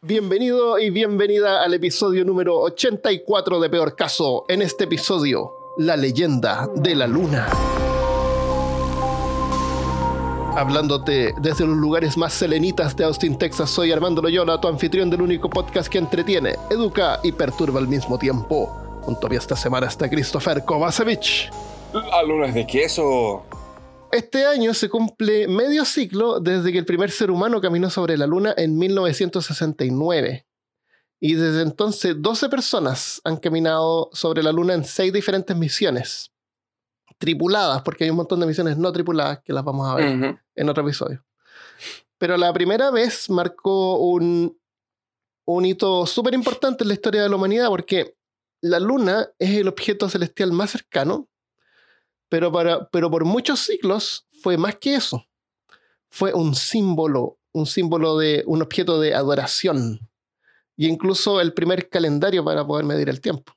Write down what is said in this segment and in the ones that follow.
Bienvenido y bienvenida al episodio número 84 de Peor Caso. En este episodio, la leyenda de la luna. Hablándote desde los lugares más selenitas de Austin, Texas, soy Armando Loyola, tu anfitrión del único podcast que entretiene, educa y perturba al mismo tiempo. Junto a mí esta semana está Christopher Kovacevic. La luna es de queso. Este año se cumple medio siglo desde que el primer ser humano caminó sobre la luna en 1969. Y desde entonces 12 personas han caminado sobre la luna en 6 diferentes misiones. Tripuladas, porque hay un montón de misiones no tripuladas que las vamos a ver en otro episodio. Pero la primera vez marcó un hito súper importante en la historia de la humanidad, porque la luna es el objeto celestial más cercano, pero por muchos siglos fue más que eso. Fue un símbolo de un objeto de adoración, y incluso el primer calendario para poder medir el tiempo.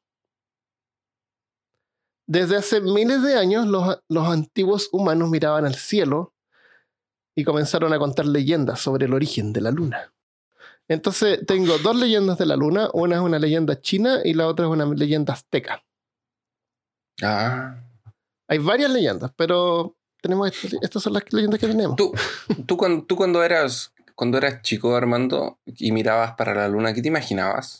Desde hace miles de años, los antiguos humanos miraban al cielo y comenzaron a contar leyendas sobre el origen de la luna. Entonces, tengo 2 leyendas de la luna. Una es una leyenda china y la otra es una leyenda azteca. Hay varias leyendas, pero tenemos estas son las leyendas que tenemos. Tú cuando eras chico, Armando, y mirabas para la luna, ¿qué te imaginabas?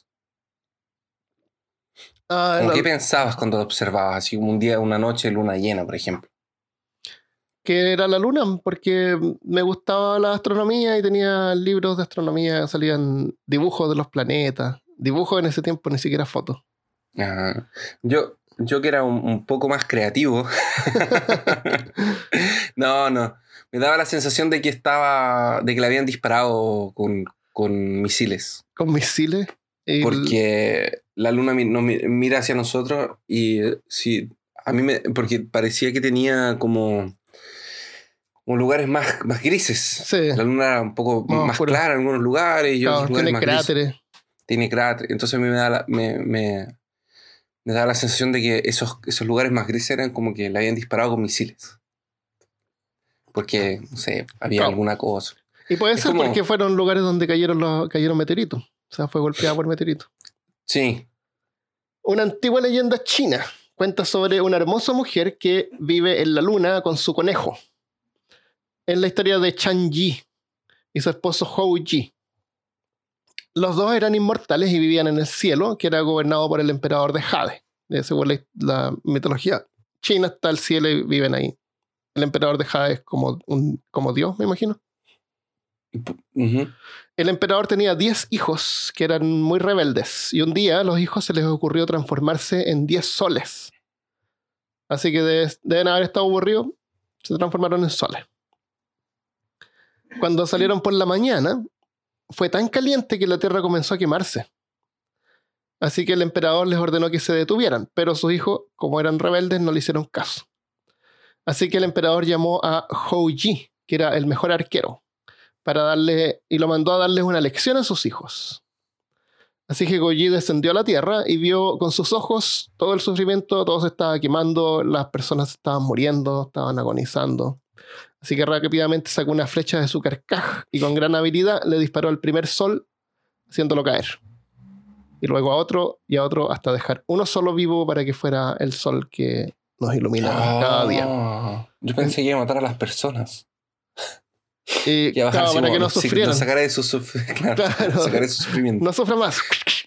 ¿Qué pensabas cuando lo observabas? Así como un día, una noche, luna llena, por ejemplo. Que era la luna, porque me gustaba la astronomía y tenía libros de astronomía, salían dibujos de los planetas. Dibujos en ese tiempo, ni siquiera fotos. Yo que era un poco más creativo. No. Me daba la sensación de que le habían disparado con misiles. ¿Con misiles? Porque la luna mira hacia nosotros y sí, porque parecía que tenía como lugares más grises. Sí. La luna era un poco más clara en algunos lugares y otros lugares más cráteres. Grises. Tiene cráteres. Entonces a mí me daba la sensación de que esos lugares más grises eran como que le habían disparado con misiles. Porque, no sé, había alguna cosa. Y puede ser porque fueron lugares donde cayeron meteoritos. O sea, fue golpeada por meteoritos. Sí. Una antigua leyenda china cuenta sobre una hermosa mujer que vive en la luna con su conejo. Es la historia de Chang Yi y su esposo Hou Yi. Los dos eran inmortales y vivían en el cielo, que era gobernado por el emperador de Jade. Según la mitología china, está el cielo y viven ahí. El emperador de Jade es como Dios, me imagino. Uh-huh. El emperador tenía 10 hijos que eran muy rebeldes, y un día a los hijos se les ocurrió transformarse en 10 soles. Así que deben haber estado aburridos, se transformaron en soles. Cuando salieron por la mañana, fue tan caliente que la tierra comenzó a quemarse. Así que el emperador les ordenó que se detuvieran, pero sus hijos, como eran rebeldes, no le hicieron caso. Así que el emperador llamó a Hou Yi, que era el mejor arquero, y lo mandó a darles una lección a sus hijos. Así que Hou Yi descendió a la tierra y vio con sus ojos todo el sufrimiento, todo se estaba quemando, las personas estaban muriendo, estaban agonizando. Así que rápidamente sacó una flecha de su carcaj y con gran habilidad le disparó al primer sol, haciéndolo caer. Y luego a otro y a otro hasta dejar uno solo vivo para que fuera el sol que nos ilumina cada día. Yo pensé que iba a matar a las personas. Claro, para que no sufrieran. Sacaré de su sufrimiento. No sufra más.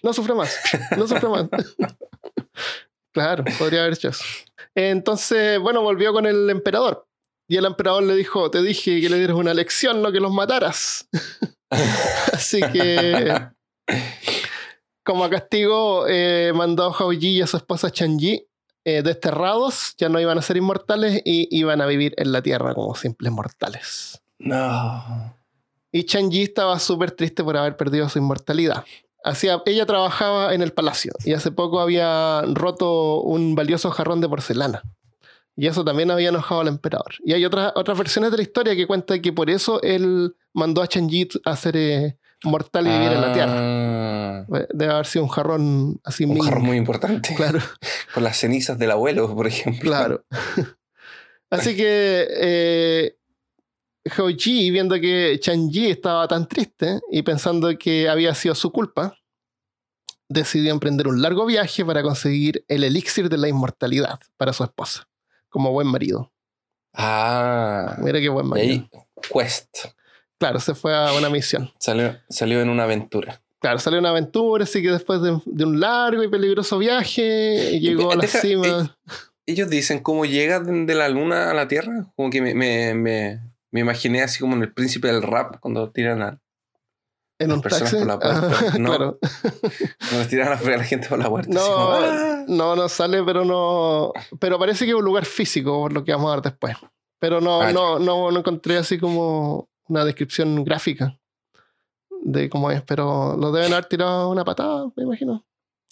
Claro, podría haber hecho eso. Entonces, bueno, volvió con el emperador. Y el emperador le dijo, te dije que le dieras una lección, no que los mataras. Así que, como castigo, mandó a Hou Yi y a su esposa Chang Yi desterrados. Ya no iban a ser inmortales y iban a vivir en la tierra como simples mortales. No. Y Chang Yi estaba súper triste por haber perdido su inmortalidad. Ella trabajaba en el palacio y hace poco había roto un valioso jarrón de porcelana. Y eso también había enojado al emperador. Y hay otras versiones de la historia que cuentan que por eso él mandó a Chang Yi a ser mortal y vivir en la tierra. Debe haber sido un jarrón así Un jarrón muy importante. Claro. Con las cenizas del abuelo, por ejemplo. Claro. Así que Hou-ji, viendo que Chang-Yi estaba tan triste y pensando que había sido su culpa, decidió emprender un largo viaje para conseguir el elixir de la inmortalidad para su esposa, como buen marido. Mira qué buen marido. Y ahí, Quest. Claro, se fue a una misión. Salió en una aventura. Claro, salió en una aventura, así que después de un largo y peligroso viaje, llegó a la cima. Ellos dicen cómo llega de la luna a la Tierra. Como que me imaginé así como en El Príncipe del Rap, cuando tiran a ¿En un personas taxi? por la puerta. No, claro. Cuando tiran a la gente por la puerta. No sale, pero no. Pero parece que es un lugar físico, por lo que vamos a ver después. Pero no encontré así como una descripción gráfica de cómo es, pero lo deben haber tirado una patada, me imagino.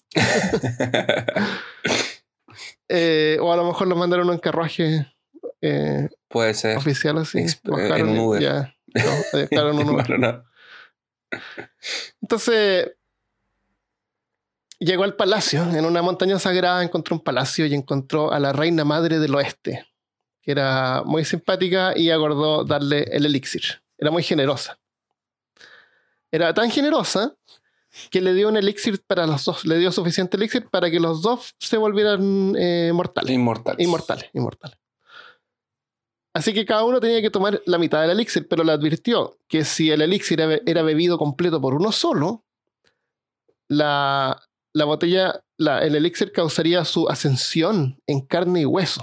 O a lo mejor los mandaron en carruaje puede ser oficial así. En un Uber. Ya, claro, en un Uber. No. Entonces llegó al palacio. En una montaña sagrada encontró un palacio y encontró a la reina madre del oeste, que era muy simpática y acordó darle el elixir. Era muy generosa. Era tan generosa que le dio un elixir para los dos. Le dio suficiente elixir para que los dos se volvieran mortales. Inmortales. Así que cada uno tenía que tomar la mitad del elixir, pero le advirtió que si el elixir era bebido completo por uno solo, la botella, el elixir causaría su ascensión en carne y hueso.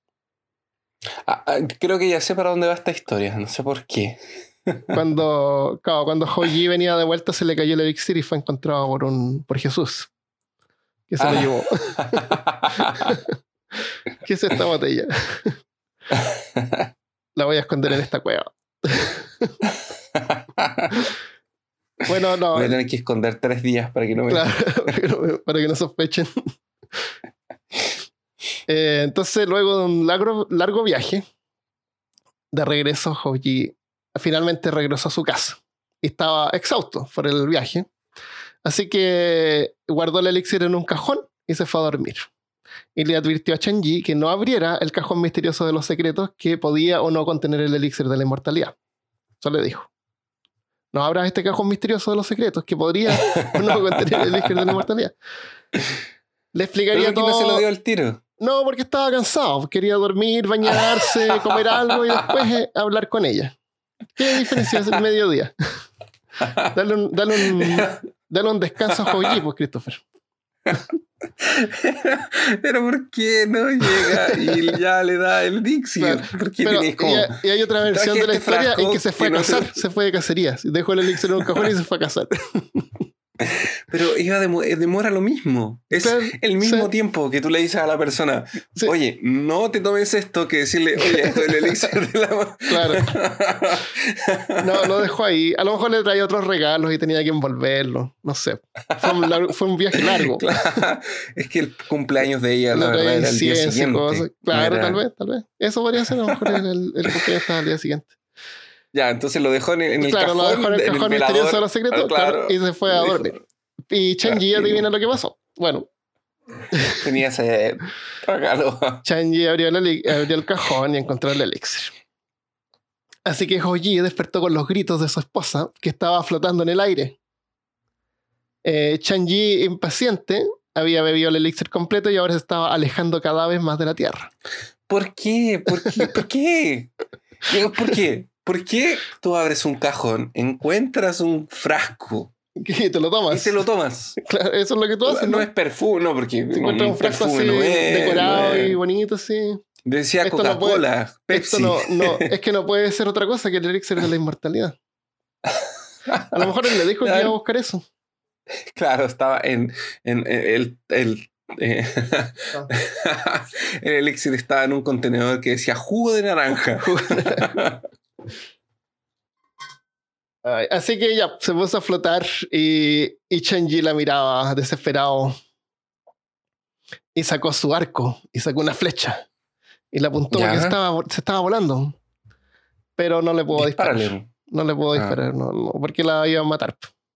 Creo que ya sé para dónde va esta historia, no sé por qué. Cuando Hou-Ji venía de vuelta, se le cayó el elixir y fue encontrado por Jesús, que se lo llevó. ¿Qué es esta botella? La voy a esconder en esta cueva. Bueno, no. Voy a tener que esconder 3 días para que no me... Claro, para que no sospechen. Entonces, luego de un largo viaje, de regreso, Hou-Ji finalmente regresó a su casa. Y estaba exhausto por el viaje. Así que guardó el elixir en un cajón y se fue a dormir. Y le advirtió a Chang-Yi que no abriera el cajón misterioso de los secretos que podía o no contener el elixir de la inmortalidad. Eso le dijo. No abras este cajón misterioso de los secretos que podría o no contener el elixir de la inmortalidad. Le explicaría todo. ¿Por qué no se lo dio al tiro? No, porque estaba cansado. Quería dormir, bañarse, comer algo y después hablar con ella. ¿Qué diferencia es el mediodía? Dale un descanso a Hou-Ji, pues, Christopher. Pero ¿por qué no llega y ya le da el elixir? Claro, ¿Por qué tenéis como... Y hay otra versión de la historia en que se fue a cazar, se fue de cacería. Dejó el elixir en un cajón y se fue a cazar. Pero demora lo mismo. Es el mismo tiempo que tú le dices a la persona, oye, no te tomes esto, que decirle, oye, esto es el elixir de la... Claro. No, lo dejó ahí. A lo mejor le traía otros regalos y tenía que envolverlo. No sé. Fue un viaje largo. Claro. Es que el cumpleaños de ella, la verdad, era el día siguiente. Cosas. Claro, no tal vez. Eso podría ser. A lo mejor el cumpleaños estaba al día siguiente. Ya, entonces lo dejó en el cajón. Claro, lo dejó en el cajón misterioso de los secretos. Claro, y se fue a dormir. Y Chang-Yi adivina lo que pasó. Bueno. Tenía ese regalo. Chang-Yi abrió el cajón y encontró el elixir. Así que Hou-Ji despertó con los gritos de su esposa, que estaba flotando en el aire. Chang-Yi, impaciente, había bebido el elixir completo y ahora se estaba alejando cada vez más de la tierra. ¿Por qué? ¿Por qué? ¿Por qué tú abres un cajón, encuentras un frasco? ¿Qué? ¿Te lo tomas? Y te lo tomas. Claro, eso es lo que tú haces. No es perfume, no, porque encuentras un frasco así decorado y bonito, así. Decía Coca-Cola, Pepsi. Es que no puede ser otra cosa que el elixir de la inmortalidad. A lo mejor él le dijo que iba a buscar eso. Claro, estaba en el elixir estaba en un contenedor que decía jugo de naranja. Así que ya se puso a flotar y Chang-Yi la miraba desesperado y sacó su arco y sacó una flecha y la apuntó porque se estaba volando, pero no le pudo disparar. No le pudo disparar, no, porque la iba a matar.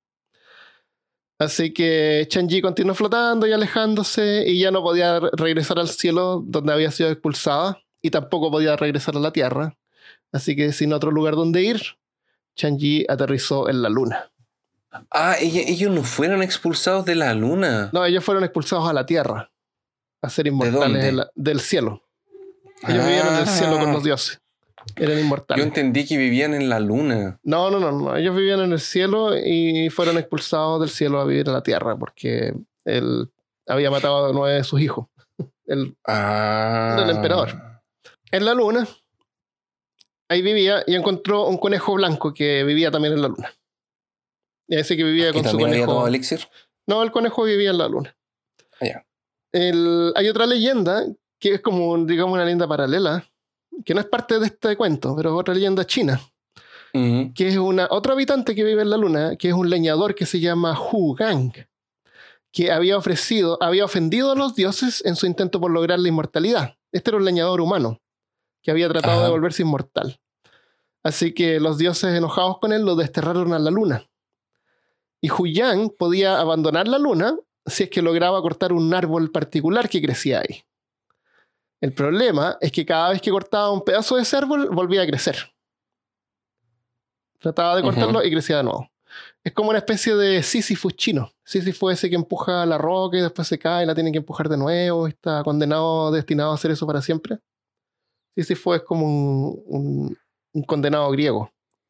Así que Chang-Yi continuó flotando y alejándose y ya no podía regresar al cielo donde había sido expulsada y tampoco podía regresar a la tierra. Así que sin otro lugar donde ir, Chang'e aterrizó en la luna. Ah, ellos no fueron expulsados de la luna. No, ellos fueron expulsados a la Tierra. A ser inmortales del cielo. Ellos vivían en el cielo con los dioses. Eran inmortales. Yo entendí que vivían en la luna. No. Ellos vivían en el cielo y fueron expulsados del cielo a vivir en la Tierra porque él había matado a 9 de sus hijos. El emperador. En la luna, ahí vivía y encontró un conejo blanco que vivía también en la luna. Y ese que vivía con su conejo. ¿Había tomado elixir? No, el conejo vivía en la luna. Ya. Hay otra leyenda que es como, digamos, una leyenda paralela, que no es parte de este cuento, pero es otra leyenda china, que es otro habitante que vive en la luna, que es un leñador que se llama Hu Gang, que había ofendido a los dioses en su intento por lograr la inmortalidad. Este era un leñador humano que había tratado de volverse inmortal. Así que los dioses, enojados con él, lo desterraron a la luna. Y Hu Yang podía abandonar la luna si es que lograba cortar un árbol particular que crecía ahí. El problema es que cada vez que cortaba un pedazo de ese árbol, volvía a crecer. Trataba de cortarlo y crecía de nuevo. Es como una especie de Sísifo chino. Sísifo ese que empuja la roca y después se cae y la tiene que empujar de nuevo. Está condenado, destinado a hacer eso para siempre. Sísifo es como un condenado griego.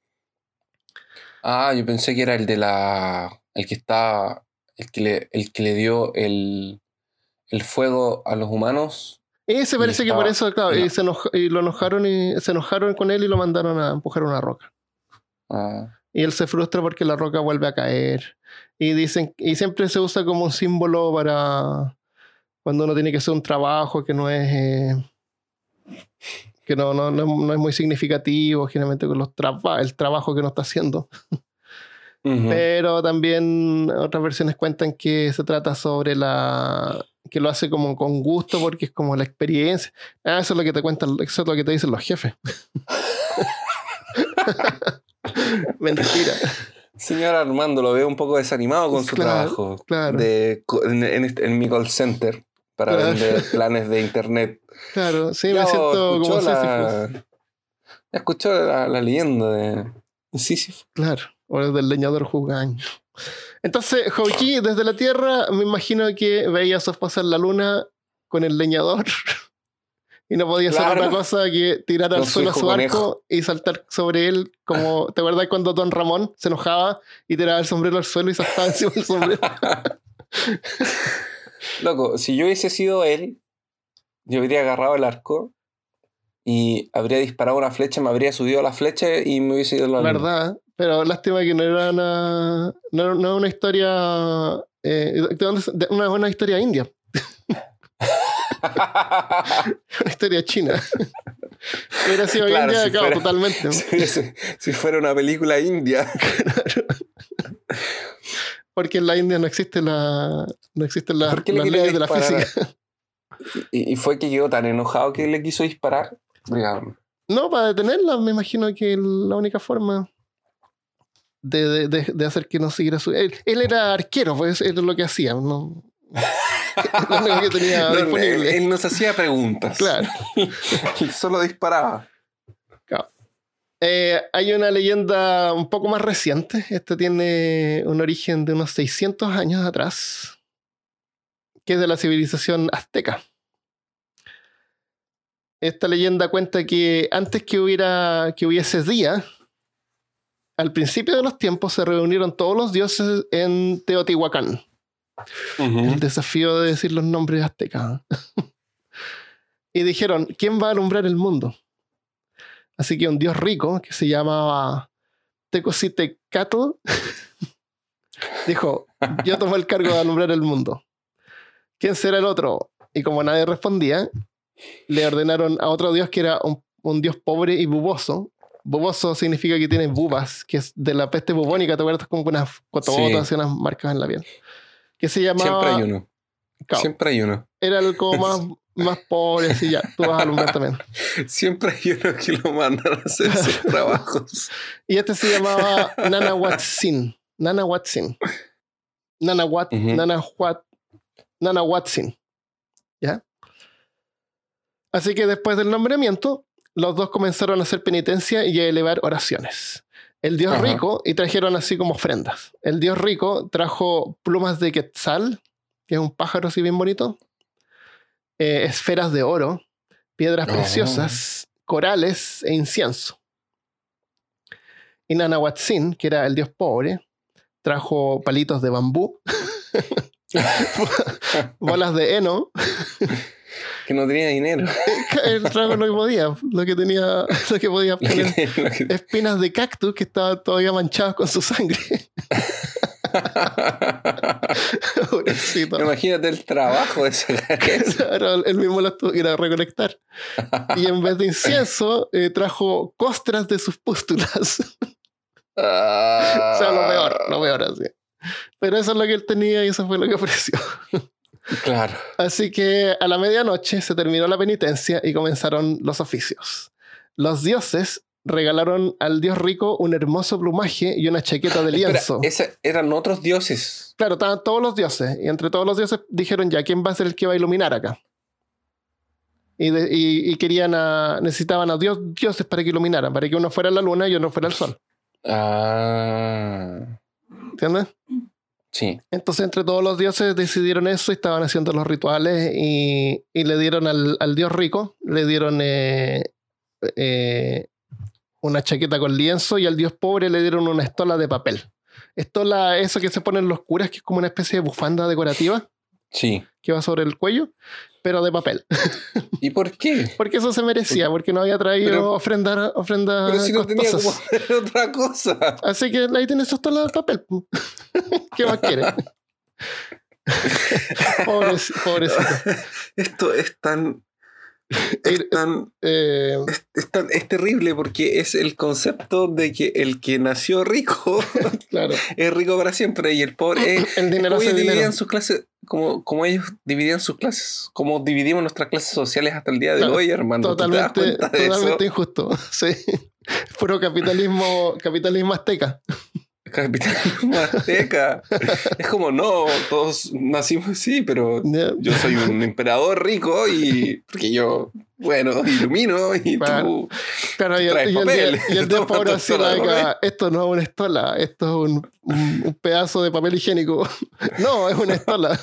Ah, yo pensé que era el de el que le dio el fuego a los humanos. Ese parece que por eso, claro, y se enojaron con él y lo mandaron a empujar una roca. Y él se frustra porque la roca vuelve a caer. Y siempre se usa como un símbolo para cuando uno tiene que hacer un trabajo que no es muy significativo, generalmente con el trabajo que uno está haciendo. Pero también otras versiones cuentan que se trata sobre que lo hace como con gusto porque es como la experiencia. Eso es lo que te cuentan, eso es lo que te dicen los jefes. Mentira. Señor Armando, lo veo un poco desanimado con su trabajo. Claro. En mi call center para vender planes de internet. Claro, sí, me siento como Sísifo. Escuchó la leyenda de Sísifo. Claro, o del leñador Hu Gang. Entonces, Hou-Chi desde la Tierra, me imagino que veía a su esposa en la luna con el leñador y no podía hacer otra cosa que tirar al suelo su arco y saltar sobre él, como, ¿te acuerdas cuando Don Ramón se enojaba y tiraba el sombrero al suelo y saltaba encima del sombrero? Loco, si yo hubiese sido él, yo habría agarrado el arco y habría disparado una flecha, me habría subido a la flecha y me hubiese ido a la luna. ¿Verdad? Pero lástima que no era una historia una historia india. Una historia china. Hubiera sido india, claro, totalmente. Si fuera una película india. Claro. Porque en la India no existen las leyes de la física. ¿Y fue que quedó tan enojado que le quiso disparar? No, para detenerla, me imagino que la única forma de hacer que no siguiera su... Él era arquero, pues eso es lo que hacía, ¿no? Lo único que tenía disponible. Él nos hacía preguntas. Claro. Él solo disparaba. Claro. Hay una leyenda un poco más reciente. Esta tiene un origen de unos 600 años atrás, que es de la civilización azteca. Esta leyenda cuenta que antes que hubiese día, al principio de los tiempos se reunieron todos los dioses en Teotihuacán. El desafío de decir los nombres aztecas. Y dijeron, ¿quién va a alumbrar el mundo? Así que un dios rico que se llamaba Tecocitecatl dijo, yo tomo el cargo de alumbrar el mundo. ¿Quién será el otro? Y como nadie respondía, le ordenaron a otro dios que era un dios pobre y buboso. Buboso significa que tiene bubas, que es de la peste bubónica, ¿te acuerdas? Como unas cotobotas y unas marcas en la piel. Que se llamaba... Siempre hay uno. Cao. Siempre hay uno. Era el como más pobre, así ya, tú vas a alumbrar también. Siempre hay uno que lo mandan a hacer sus trabajos. Y este se llamaba Nanawatsin. Nanawatsin. ¿Ya? Así que después del nombramiento, los dos comenzaron a hacer penitencia y a elevar oraciones. El dios rico, y trajeron así como ofrendas. El dios rico trajo plumas de quetzal, que es un pájaro así bien bonito, esferas de oro, piedras preciosas, corales e incienso. Y Nanahuatzin, que era el dios pobre, trajo palitos de bambú, bolas de heno. Que no tenía dinero. El trago lo que podía, lo que podía poner. Espinas de cactus que estaban todavía manchadas con su sangre. Pobrecito. Imagínate el trabajo de sacar eso. Claro, él mismo lo tuvo que ir a recolectar. Y en vez de incienso, trajo costras de sus pústulas. O sea, lo peor así. Pero eso es lo que él tenía y eso fue lo que ofreció. Claro. Así que a la medianoche se terminó la penitencia y comenzaron los oficios. Los dioses regalaron al dios rico un hermoso plumaje y una chaqueta de lienzo. Espera, eran otros dioses. Claro, estaban todos los dioses. Y entre todos los dioses dijeron ya, ¿quién va a ser el que va a iluminar acá? Y necesitaban a dioses para que iluminaran, para que uno fuera la luna y uno fuera el sol. ¿Entiendes? Sí. Entonces entre todos los dioses decidieron eso y estaban haciendo los rituales y le dieron al dios rico, le dieron una chaqueta con lienzo y al dios pobre le dieron una estola de papel. Estola, eso que se ponen los curas, que es como una especie de bufanda decorativa. Sí. Que va sobre el cuello, pero de papel. ¿Y por qué? Porque eso se merecía, porque no había traído ofrenda. Pero si no tenía como hacer otra cosa. Así que ahí tienes su estola de papel. ¿Qué más quieres? Pobrecito. Esto es tan... Es terrible porque es el concepto de que el que nació rico claro. es rico para siempre y el pobre el dinero ellos dividían sus clases como ellos dividían sus clases, como dividimos nuestras clases sociales hasta el día de hoy, Armando. Totalmente injusto. Sí. Puro capitalismo azteca. Capitalismo azteca. Es como, no, todos nacimos así, pero yo soy un emperador rico y porque yo, bueno, ilumino y tú traes papel. Y el dios pobre así, esto no es una estola, esto es un pedazo de papel higiénico. No, es una estola.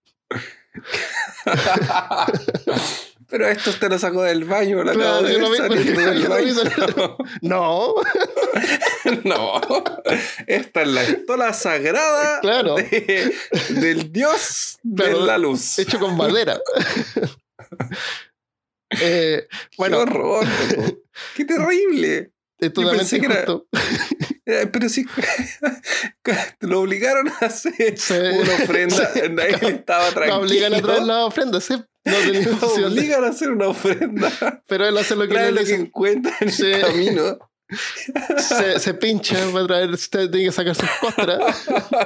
Pero esto usted lo sacó del baño, lo acabo de salir del baño. No. No. Esta es la estola sagrada del dios de la luz. Hecho con madera. Bueno. ¡Qué horror! ¡Qué terrible! Es totalmente injusto. Pero sí, lo obligaron a hacer una ofrenda. Nadie estaba tranquilo. Lo obligan a traer la ofrenda, sí. No lo obligan a hacer una ofrenda. Pero él hace lo que le que encuentra en el camino. Se pincha para traer. Usted tiene que sacar sus costras.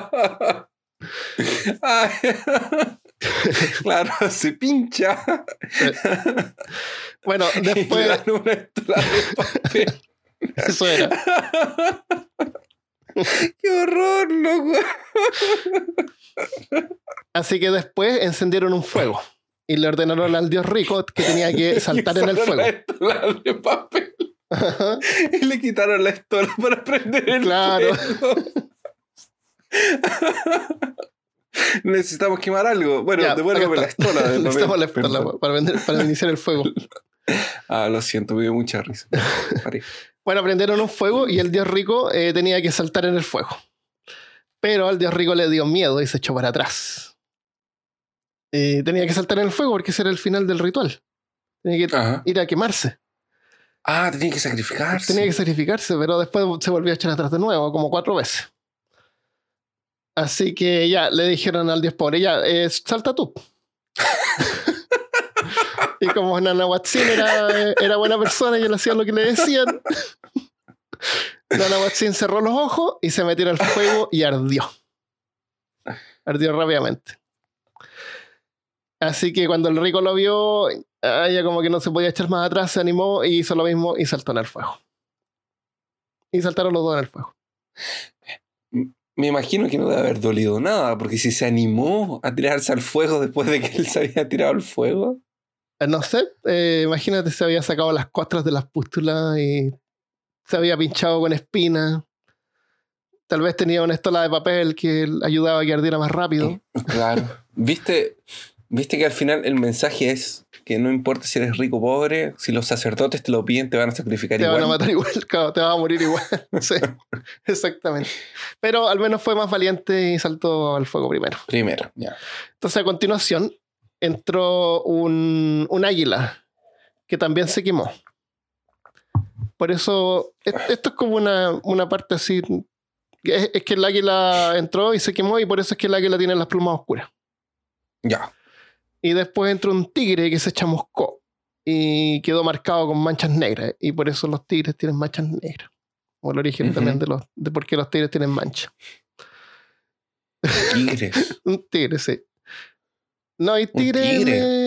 Claro, se pincha. Bueno, después. Una estola de papel. Eso era. ¡Qué horror, loco! Así que después encendieron un fuego y le ordenaron al dios rico que tenía que saltar en el fuego. La estola de papel. Y le quitaron la estola para prender el fuego. Necesitamos quemar algo. Bueno, devuélveme la estola de papel. Necesitamos la estola para iniciar el fuego. Lo siento, me dio mucha risa. Bueno, prendieron un fuego y el dios rico tenía que saltar en el fuego. Pero al dios rico le dio miedo y se echó para atrás. Tenía que saltar en el fuego porque ese era el final del ritual. Tenía que ir a quemarse. Tenía que sacrificarse. Tenía que sacrificarse, pero después se volvió a echar atrás de nuevo, como 4 veces. Así que ya le dijeron al dios pobre, salta tú. Y como Nanahuatzin era buena persona y él hacía lo que le decían, Nanahuatzin cerró los ojos y se metió en el fuego y ardió. Ardió rápidamente. Así que cuando el rico lo vio, ya como que no se podía echar más atrás, se animó y hizo lo mismo y saltó en el fuego. Y saltaron los dos en el fuego. Me imagino que no debe haber dolido nada, porque si se animó a tirarse al fuego después de que él se había tirado al fuego. No sé, imagínate, se había sacado las costras de las pústulas y se había pinchado con espinas. Tal vez tenía una estola de papel que ayudaba a que ardiera más rápido. Claro. ¿Viste que al final el mensaje es que no importa si eres rico o pobre, si los sacerdotes te lo piden, te van a sacrificar igual? Te van a matar igual, claro, te vas a morir igual. Sí, exactamente. Pero al menos fue más valiente y saltó al fuego primero. Ya. Entonces, a continuación, entró un águila que también se quemó. Por eso, esto es como una parte así. Es que el águila entró y se quemó, y por eso es que el águila tiene las plumas oscuras. Ya. Y después entró un tigre que se chamuscó y quedó marcado con manchas negras. Y por eso los tigres tienen manchas negras. O el origen también de por qué los tigres tienen manchas. ¿Tigres? Un tigre, sí. No hay tigre.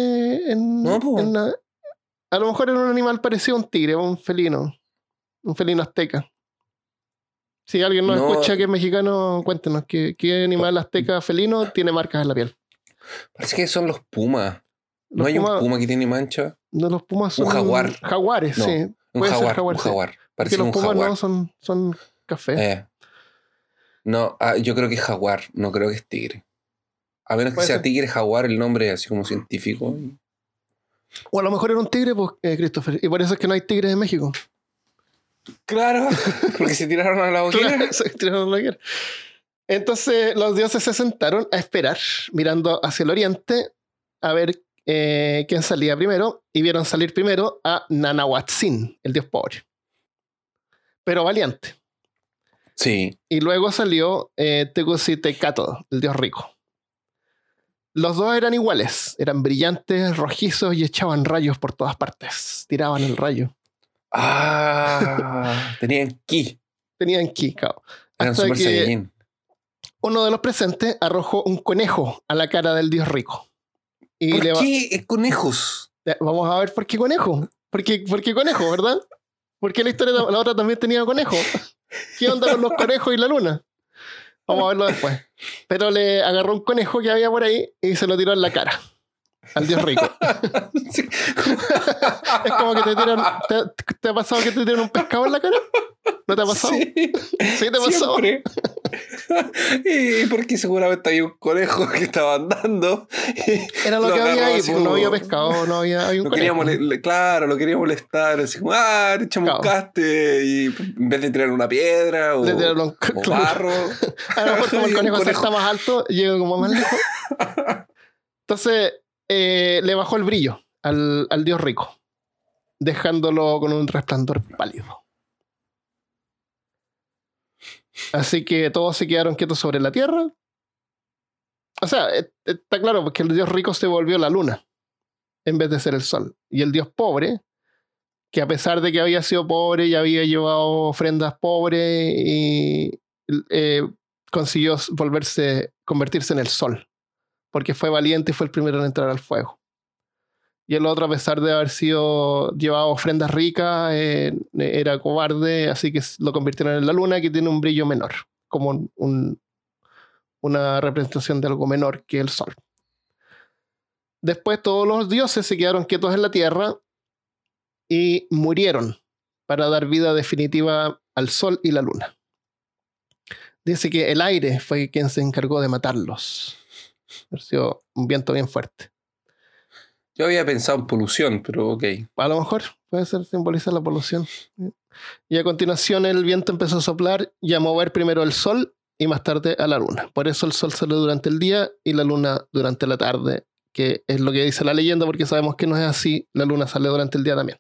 A lo mejor era un animal parecido a un tigre, un felino azteca. Si alguien nos escucha que es mexicano, cuéntenos qué animal azteca felino tiene marcas en la piel. Parece que son los pumas. ¿No hay un puma que tiene mancha? No, los pumas son... Un jaguar. Jaguares, no, sí. Un jaguar. Parece que los pumas no son café. No, yo creo que es jaguar, no creo que es tigre. A menos que sea tigre, jaguar, el nombre es así como científico. O a lo mejor era un tigre, pues, Christopher. Y por eso es que no hay tigres en México. Claro, porque se tiraron a la hoguera. Claro, se tiraron a la hoguera. Entonces los dioses se sentaron a esperar, mirando hacia el oriente, a ver quién salía primero, y vieron salir primero a Nanahuatzin, el dios pobre. Pero valiente. Sí. Y luego salió Tecutitecatl, el dios rico. Los dos eran iguales, eran brillantes, rojizos y echaban rayos por todas partes. Tiraban el rayo. Tenían ki. Tenían ki, cabrón. Eran Super Saiyajin. Uno de los presentes arrojó un conejo a la cara del dios rico. Y ¿Por qué conejos? Vamos a ver por qué conejo. ¿Por qué conejo, verdad? Porque la historia, la otra también tenía conejo. ¿Qué onda con los conejos y la luna? Vamos a verlo después. Pero le agarró un conejo que había por ahí y se lo tiró en la cara al dios rico. Sí. Es como que te tiran... ¿Te ha pasado que te tiran un pescado en la cara? ¿No te ha pasado? Sí, ¿Sí te pasó? Siempre. Y porque seguramente había un conejo que estaba andando. Era lo que había ahí, pues, no había pescado, no había un conejo. Claro, lo quería molestar. Así como, te chamuscaste. Y en vez de tirar una piedra o barro. A lo mejor como el conejo está más alto, llega como más lejos. Entonces le bajó el brillo al dios rico, dejándolo con un resplandor pálido. Así que todos se quedaron quietos sobre la tierra. O sea, está claro, porque el dios rico se volvió la luna en vez de ser el sol. Y el dios pobre, que a pesar de que había sido pobre y había llevado ofrendas pobres, y consiguió convertirse en el sol, porque fue valiente y fue el primero en entrar al fuego. Y el otro, a pesar de haber sido llevado ofrendas ricas, era cobarde, así que lo convirtieron en la luna, que tiene un brillo menor, como una representación de algo menor que el sol. Después todos los dioses se quedaron quietos en la tierra y murieron para dar vida definitiva al sol y la luna. Dice que el aire fue quien se encargó de matarlos. Ha sido un viento bien fuerte. Yo había pensado en polución, pero ok. A lo mejor puede ser simbolizar la polución. Y a continuación el viento empezó a soplar y a mover primero el sol y más tarde a la luna. Por eso el sol sale durante el día y la luna durante la tarde, que es lo que dice la leyenda, porque sabemos que no es así. La luna sale durante el día también.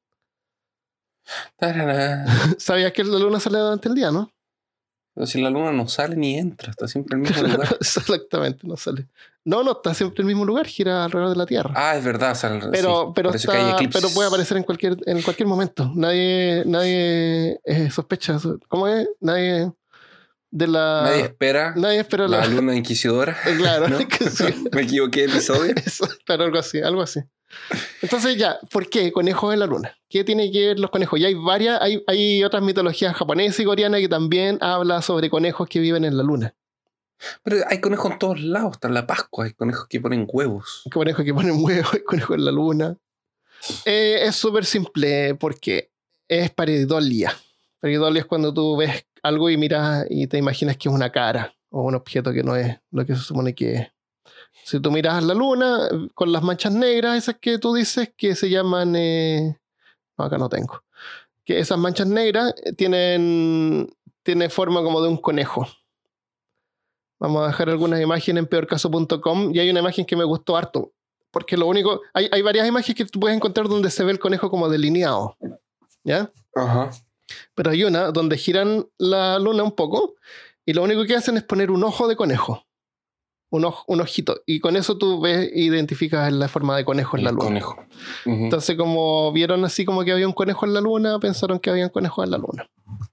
¿Sabías que la luna sale durante el día, no? Pero si la luna no sale ni entra, está siempre en el mismo lugar. Exactamente, no sale. No está siempre en el mismo lugar, gira alrededor de la Tierra. Es verdad. Pero puede aparecer en cualquier momento. Nadie sospecha. ¿Cómo es? Nadie espera la luna inquisidora. Claro. ¿No? Sí. Me equivoqué de episodio. Claro, algo así. Entonces ya, ¿por qué conejos en la luna? ¿Qué tiene que ver los conejos? Y hay otras mitologías japonesas y coreanas que también hablan sobre conejos que viven en la luna. Pero hay conejos en todos lados. Está en la Pascua, hay conejos que ponen huevos. Hay conejos que ponen huevos, hay conejos en la luna. Es súper simple porque es pareidolia. Pareidolia es cuando tú ves algo y miras y te imaginas que es una cara o un objeto que no es lo que se supone que es. Si tú miras la luna con las manchas negras, esas que tú dices que se llaman... no, acá no tengo. Que esas manchas negras tienen forma como de un conejo. Vamos a dejar algunas imágenes en peorcaso.com y hay una imagen que me gustó harto. Porque lo único... Hay varias imágenes que tú puedes encontrar donde se ve el conejo como delineado. ¿Ya? Ajá. Pero hay una donde giran la luna un poco y lo único que hacen es poner un ojo de conejo. Un ojito. Y con eso tú ves, identificas la forma de conejo en la luna. Conejo. Uh-huh. Entonces, como vieron así como que había un conejo en la luna, pensaron que había un conejo en la luna.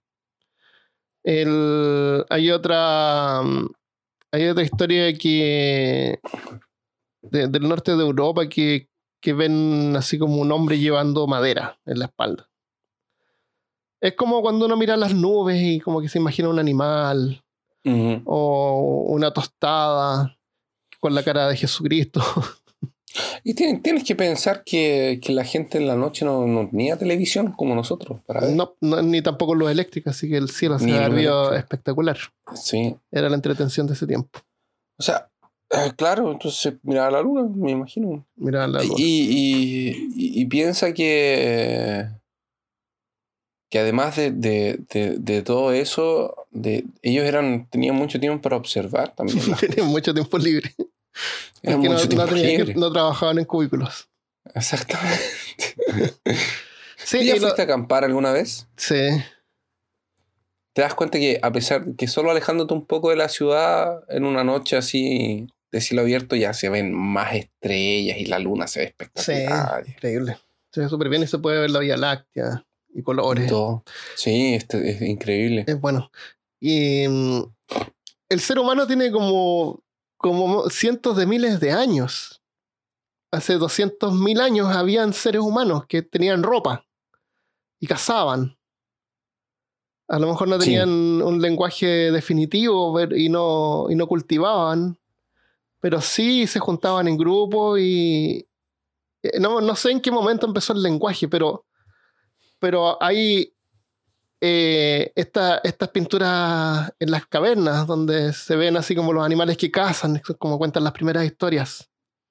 Hay otra historia que del norte de Europa que ven así como un hombre llevando madera en la espalda. Es como cuando uno mira las nubes y como que se imagina un animal. Uh-huh. O una tostada con la cara de Jesucristo. Y tienes que pensar que la gente en la noche no tenía televisión como nosotros para ver. No, ni tampoco luz eléctrica, así que el cielo se vio espectacular. Sí. Era la entretención de ese tiempo. O sea, claro, entonces miraba la luna, me imagino. Miraba la luna. Y piensa que además de todo eso, ellos tenían mucho tiempo para observar también. Tenían mucho tiempo libre. No trabajaban en cubículos. Exactamente. Sí, ¿Tú ya fuiste a acampar alguna vez? Sí. ¿Te das cuenta que a pesar de que solo alejándote un poco de la ciudad, en una noche así de cielo abierto ya se ven más estrellas y la luna se ve espectacular? Sí, increíble. Se ve súper bien y se puede ver la Vía Láctea. Y colores. Todo. Sí, es increíble. Es bueno. Y el ser humano tiene como cientos de miles de años. Hace 200.000 años habían seres humanos que tenían ropa y cazaban. A lo mejor no tenían un lenguaje definitivo y no cultivaban, pero sí se juntaban en grupos y no sé en qué momento empezó el lenguaje, pero hay estas pinturas en las cavernas donde se ven así como los animales que cazan, como cuentan las primeras historias.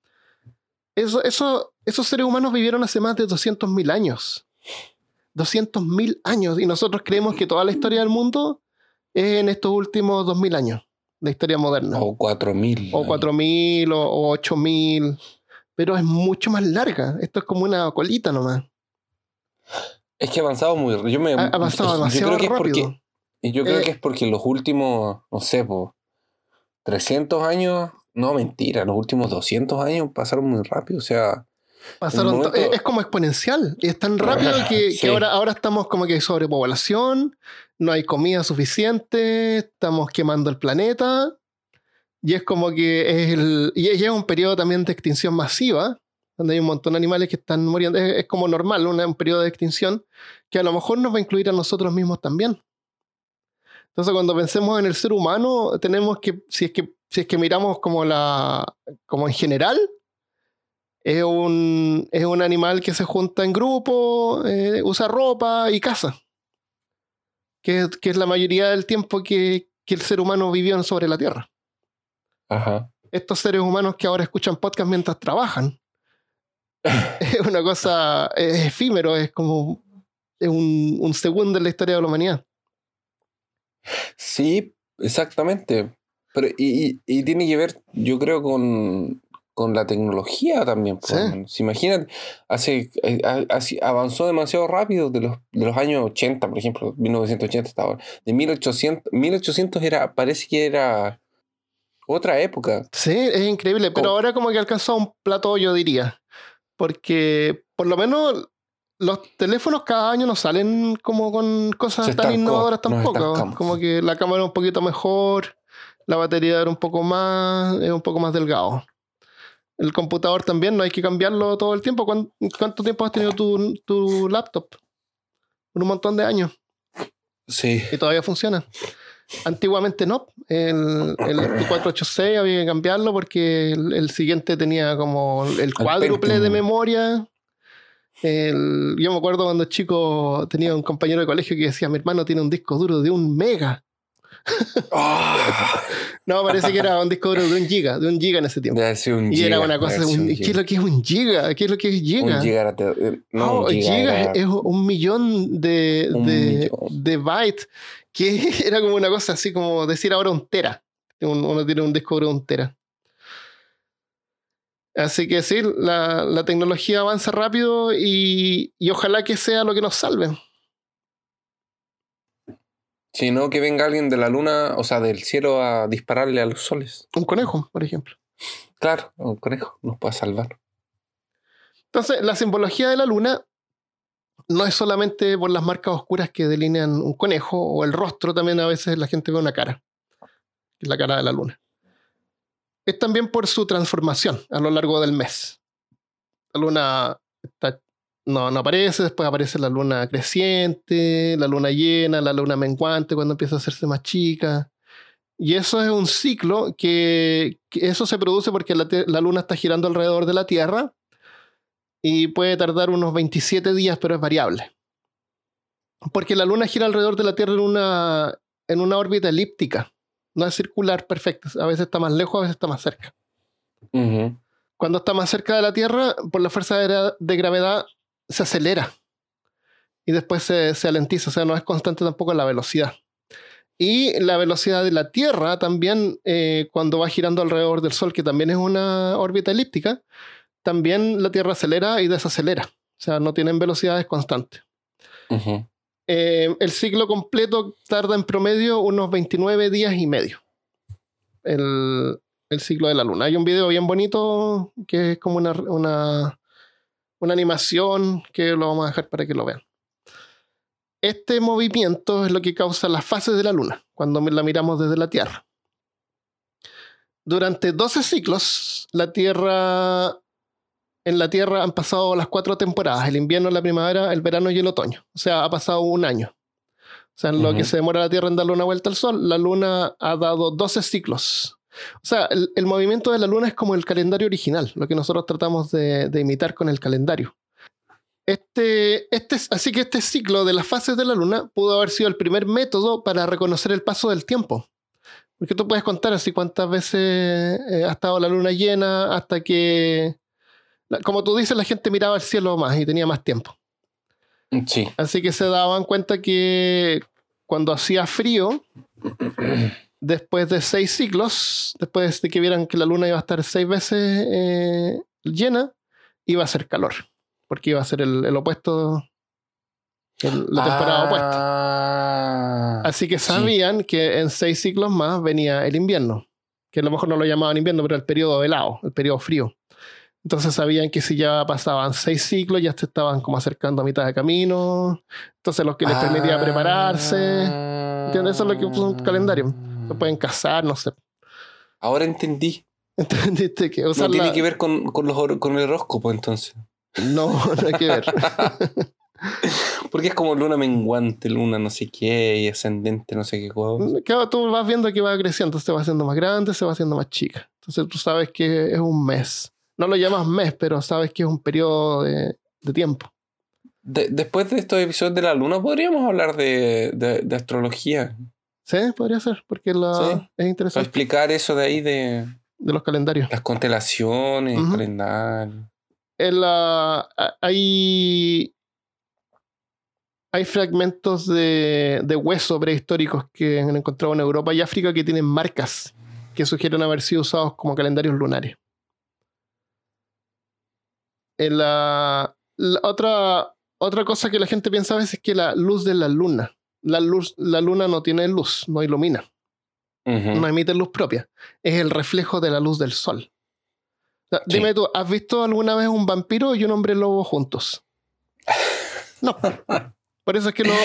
Esos seres humanos vivieron hace más de 200.000 años. 200.000 años. Y nosotros creemos que toda la historia del mundo es en estos últimos 2.000 años. La historia moderna. O 4.000. O 4.000 o 8.000. Pero es mucho más larga. Esto es como una colita nomás. Es que ha avanzado muy rápido. Ha avanzado demasiado rápido. Yo creo que es porque en los últimos, no sé, 300 años, no, mentira, los últimos 200 años pasaron muy rápido, o sea... Es como exponencial, es tan rápido que ahora estamos como que hay sobrepoblación, no hay comida suficiente, estamos quemando el planeta, y es como que es un periodo también de extinción masiva, donde hay un montón de animales que están muriendo. Es como normal, un periodo de extinción que a lo mejor nos va a incluir a nosotros mismos también. Entonces, cuando pensemos en el ser humano, tenemos que, si es que miramos como en general, es un animal que se junta en grupo, usa ropa y caza. Que es la mayoría del tiempo que el ser humano vivió sobre la Tierra. Ajá. Estos seres humanos que ahora escuchan podcast mientras trabajan. Es una cosa, es efímero, es como un segundo en la historia de la humanidad. Sí, exactamente. Pero y tiene que ver, yo creo, con la tecnología también. Sí. ¿Se imaginan? Avanzó demasiado rápido de los años 80, por ejemplo, 1980 hasta ahora. De 1800 parece que era otra época. Sí, es increíble, pero ahora como que alcanzó un plato, yo diría. Porque por lo menos los teléfonos cada año nos salen como con cosas tan innovadoras tampoco. Como que la cámara es un poquito mejor, la batería era un poco más delgado. El computador también, no hay que cambiarlo todo el tiempo. ¿Cuánto tiempo has tenido tu laptop? Un montón de años. Sí. Y todavía funciona. Antiguamente no. El 486 había que cambiarlo porque el siguiente tenía como el cuádruple de memoria. Yo me acuerdo cuando chico tenía un compañero de colegio que decía: mi hermano tiene un disco duro de 1 mega. No, parece que era un disco duro de 1 giga, de 1 giga en ese tiempo. Y era una cosa, ¿qué es lo que es 1 giga? ¿Qué es lo que es giga? 1 giga no, giga es 1 millón de bytes, que era como una cosa así como decir ahora 1 tera. Uno tiene un disco duro de 1 tera. Así que sí, la tecnología avanza rápido y ojalá que sea lo que nos salve. Si no, que venga alguien de la luna, o sea, del cielo a dispararle a los soles. Un conejo, por ejemplo. Claro, un conejo nos puede salvar. Entonces, la simbología de la luna no es solamente por las marcas oscuras que delinean un conejo o el rostro, también a veces la gente ve una cara, que es la cara de la luna. Es también por su transformación a lo largo del mes. La luna no aparece, después aparece la luna creciente, la luna llena, la luna menguante cuando empieza a hacerse más chica. Y eso es un ciclo que eso se produce porque la luna está girando alrededor de la Tierra y puede tardar unos 27 días, pero es variable. Porque la luna gira alrededor de la Tierra en una órbita elíptica. No es circular perfecta. A veces está más lejos, a veces está más cerca. Uh-huh. Cuando está más cerca de la Tierra, por la fuerza de gravedad, se acelera. Y después se alentiza. O sea, no es constante tampoco la velocidad. Y la velocidad de la Tierra también, cuando va girando alrededor del Sol, que también es una órbita elíptica, también la Tierra acelera y desacelera. O sea, no tienen velocidades constantes. Uh-huh. El ciclo completo tarda en promedio unos 29 días y medio. El ciclo de la luna. Hay un video bien bonito que es como una animación que lo vamos a dejar para que lo vean. Este movimiento es lo que causa las fases de la luna cuando la miramos desde la Tierra. Durante 12 ciclos, en la Tierra han pasado las 4 temporadas: el invierno, la primavera, el verano y el otoño. O sea, ha pasado 1 año. O sea, en lo que se demora la Tierra en darle una vuelta al Sol, la Luna ha dado 12 ciclos. O sea, el movimiento de la Luna es como el calendario original, lo que nosotros tratamos de imitar con el calendario. Así que este ciclo de las fases de la Luna pudo haber sido el primer método para reconocer el paso del tiempo. Porque tú puedes contar así cuántas veces ha estado la Luna llena hasta que, como tú dices, la gente miraba el cielo más y tenía más tiempo. Sí. Así que se daban cuenta que cuando hacía frío, después de 6 ciclos, después de que vieran que la luna iba a estar 6 veces llena, iba a hacer calor. Porque iba a ser el opuesto, la temporada opuesta. Así que sabían que en 6 ciclos más venía el invierno. Que a lo mejor no lo llamaban invierno, pero el periodo helado, el periodo frío. Entonces sabían que si ya pasaban 6 ciclos, ya se estaban como acercando a mitad de camino. Entonces los que les permitía prepararse. ¿Entiendes? Eso es lo que puso un calendario. Se pueden casar, no sé. Ahora entendí. ¿Entendiste que? No tiene que ver con el horóscopo, entonces. No, no hay que ver. Porque es como luna menguante, luna no sé qué, y ascendente no sé qué cosa. Claro, tú vas viendo que va creciendo, se va haciendo más grande, se va haciendo más chica. Entonces tú sabes que es un mes. No lo llamas mes, pero sabes que es un periodo de tiempo. Después de estos episodios de la luna, podríamos hablar de astrología. Sí, podría ser, porque es interesante. Para explicar eso de ahí de los calendarios. Las constelaciones, calendarios. Hay fragmentos de hueso prehistóricos que han encontrado en Europa y África que tienen marcas que sugieren haber sido usados como calendarios lunares. Otra cosa que la gente piensa a veces es que la luz de la luna. La luna no tiene luz, no ilumina. No emite luz propia. Es el reflejo de la luz del sol. O sea, sí. Dime tú, ¿has visto alguna vez un vampiro y un hombre lobo juntos? No. Por eso es que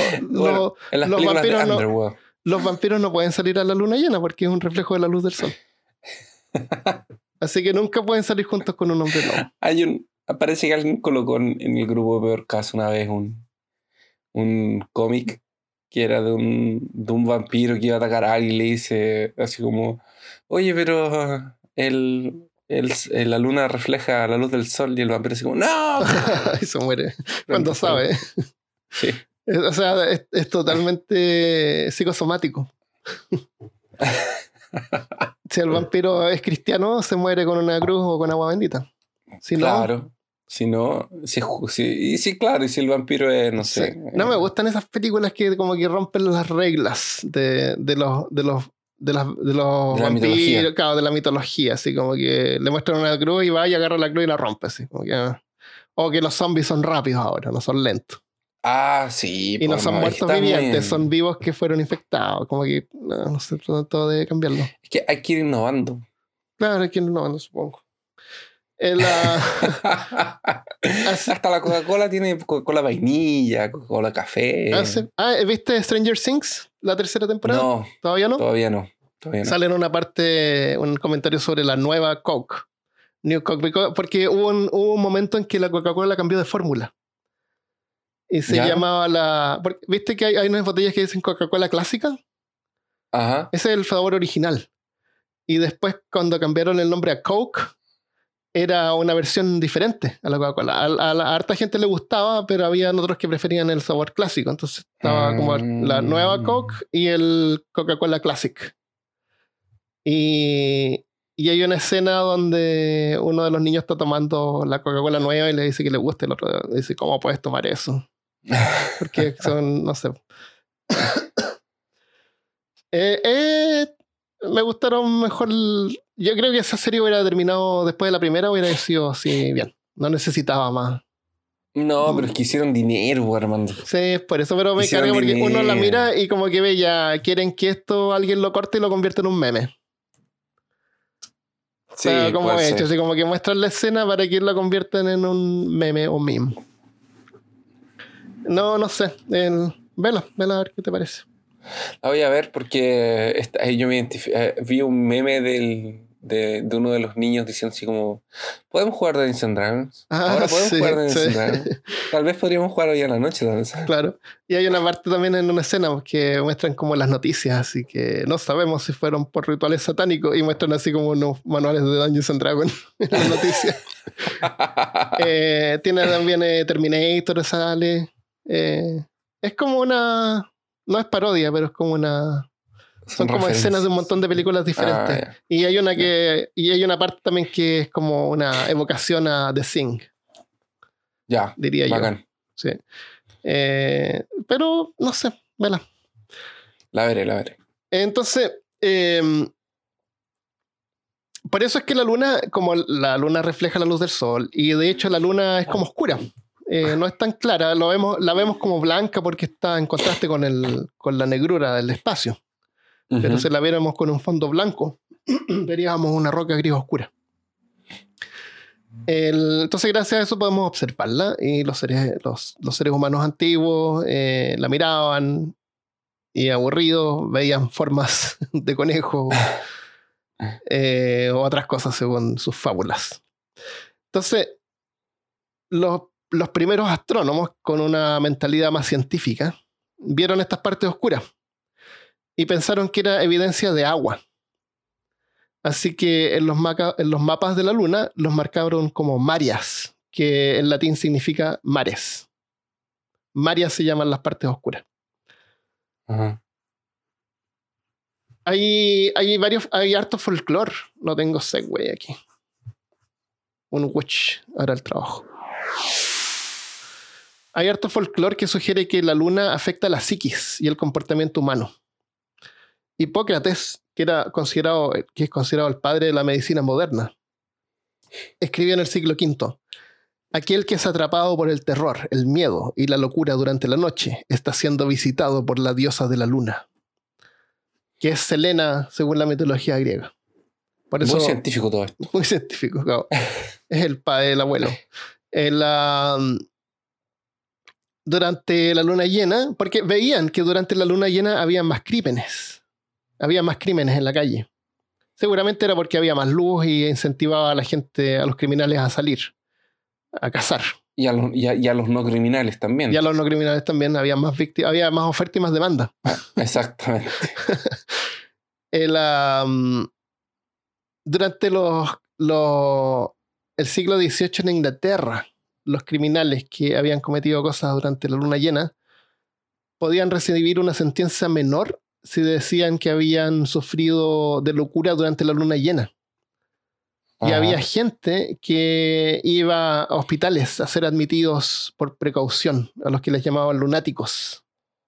los vampiros no pueden salir a la luna llena porque es un reflejo de la luz del sol. Así que nunca pueden salir juntos con un hombre lobo. Parece que alguien colocó en el grupo de Peor Caso una vez un cómic que era de un vampiro que iba a atacar a alguien y le dice así como, oye, pero la luna refleja la luz del sol, y el vampiro así como, ¡no! Y se muere cuando sabe. Sí. O sea, es totalmente psicosomático. Si el vampiro es cristiano, se muere con una cruz o con agua bendita. Si claro. Si no, sí, claro, y si el vampiro es, no sé. No me gustan esas películas que como que rompen las reglas de los vampiros, claro, de la mitología, así como que le muestran una cruz y va y agarra la cruz y la rompe, así como que, o que los zombies son rápidos ahora, no son lentos. Ah, sí. Y no son muertos vivientes, son vivos que fueron infectados, como que no sé, todo debe cambiarlo. Es que hay que ir innovando. Claro, hay que ir innovando, supongo. Hasta la Coca-Cola tiene Coca-Cola vainilla, Coca-Cola café. ¿Viste Stranger Things? ¿La tercera temporada? No. ¿Todavía no? Todavía no. Sale en una parte un comentario sobre la nueva Coke. New Coke, porque hubo un momento en que la Coca-Cola cambió de fórmula. Y se llamaba ¿viste que hay unas botellas que dicen Coca-Cola clásica? Ajá. Ese es el sabor original. Y después, cuando cambiaron el nombre a Coke, era una versión diferente a la Coca-Cola. A harta gente le gustaba, pero habían otros que preferían el sabor clásico. Entonces estaba como la nueva Coke y el Coca-Cola Classic. Y hay una escena donde uno de los niños está tomando la Coca-Cola nueva y le dice que le gusta, el otro dice, ¿cómo puedes tomar eso? Porque son, no sé. Me gustaron mejor. Yo creo que esa serie hubiera terminado después de la primera, hubiera sido así bien. No necesitaba más. No, pero es que hicieron dinero, Armando. Sí, es por eso, pero me carga porque uno la mira y como que ve ya, quieren que esto alguien lo corte y lo convierta en un meme. Sí, o sea, como he hecho, así como que muestran la escena para que la conviertan en un meme o meme. No sé. Vela a ver qué te parece. La voy a ver porque yo vi un meme de uno de los niños diciendo así como, ¿podemos jugar Dungeons and Dragons? Ahora podemos jugar Dungeons and Dragons. Tal vez podríamos jugar hoy en la noche. Claro. Y hay una parte también en una escena que muestran como las noticias, así que no sabemos si fueron por rituales satánicos y muestran así como unos manuales de Dungeons and Dragons en las noticias. Tiene también Terminator, sale. Es como una... No es parodia, pero es como una... Son como escenas de un montón de películas diferentes. Y hay una y hay una parte también que es como una evocación a The Thing. Diría bacán. Yo. Sí. Pero no sé, vela. La veré. Entonces, por eso es que la luna, como la luna refleja la luz del sol, y de hecho la luna es como oscura. No es tan clara, la vemos como blanca porque está en contraste con la negrura del espacio. Uh-huh. Pero si la viéramos con un fondo blanco, veríamos una roca gris oscura. Entonces, gracias a eso podemos observarla. Y los seres humanos antiguos la miraban y aburridos veían formas de conejo o otras cosas según sus fábulas. Entonces, los primeros astrónomos con una mentalidad más científica vieron estas partes oscuras y pensaron que era evidencia de agua. Así que en los mapas de la luna los marcaron como Marias, que en latín significa mares. Marias se llaman las partes oscuras. Uh-huh. Hay harto folclore. No tengo segue aquí. Un witch hará el trabajo. Hay harto folclore que sugiere que la luna afecta la psiquis y el comportamiento humano. Hipócrates, que es considerado el padre de la medicina moderna, escribió en el siglo V: aquel que es atrapado por el terror, el miedo y la locura durante la noche está siendo visitado por la diosa de la luna, que es Selena según la mitología griega. Por eso, muy científico todo esto. Muy científico, claro. Es el padre del abuelo. Durante la luna llena, porque veían que durante la luna llena había más crímenes. Había más crímenes en la calle. Seguramente era porque había más luz y incentivaba a la gente, a los criminales a salir, a cazar. Y a los no criminales también. Y a los no criminales también. Había más víctimas, había más oferta y más demanda. Exactamente. Durante el siglo XVIII en Inglaterra, los criminales que habían cometido cosas durante la luna llena podían recibir una sentencia menor si decían que habían sufrido de locura durante la luna llena. Y había gente que iba a hospitales a ser admitidos por precaución, a los que les llamaban lunáticos,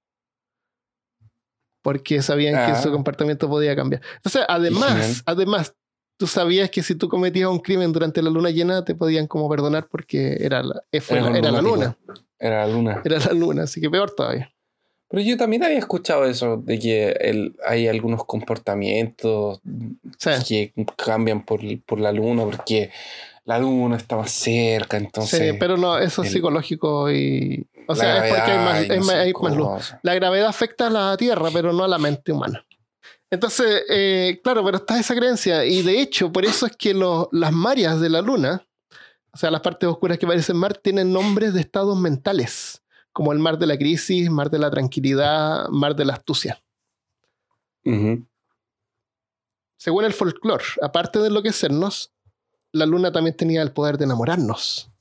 porque sabían que su comportamiento podía cambiar. Entonces, además, tú sabías que si tú cometías un crimen durante la luna llena, te podían como perdonar porque era la luna. Era la luna. Era la luna, así que peor todavía. Pero yo también había escuchado eso, de que hay algunos comportamientos que cambian por la luna, porque la luna está más cerca, entonces... Sí, pero no, eso es psicológico y... O sea, es porque hay más luz. La gravedad afecta a la Tierra, pero no a la mente humana. Entonces, claro, pero está esa creencia. Y de hecho, por eso es que las mareas de la luna, o sea, las partes oscuras que parecen mar, tienen nombres de estados mentales. Como el mar de la crisis, mar de la tranquilidad, mar de la astucia. Uh-huh. Según el folclore, aparte de enloquecernos, la luna también tenía el poder de enamorarnos.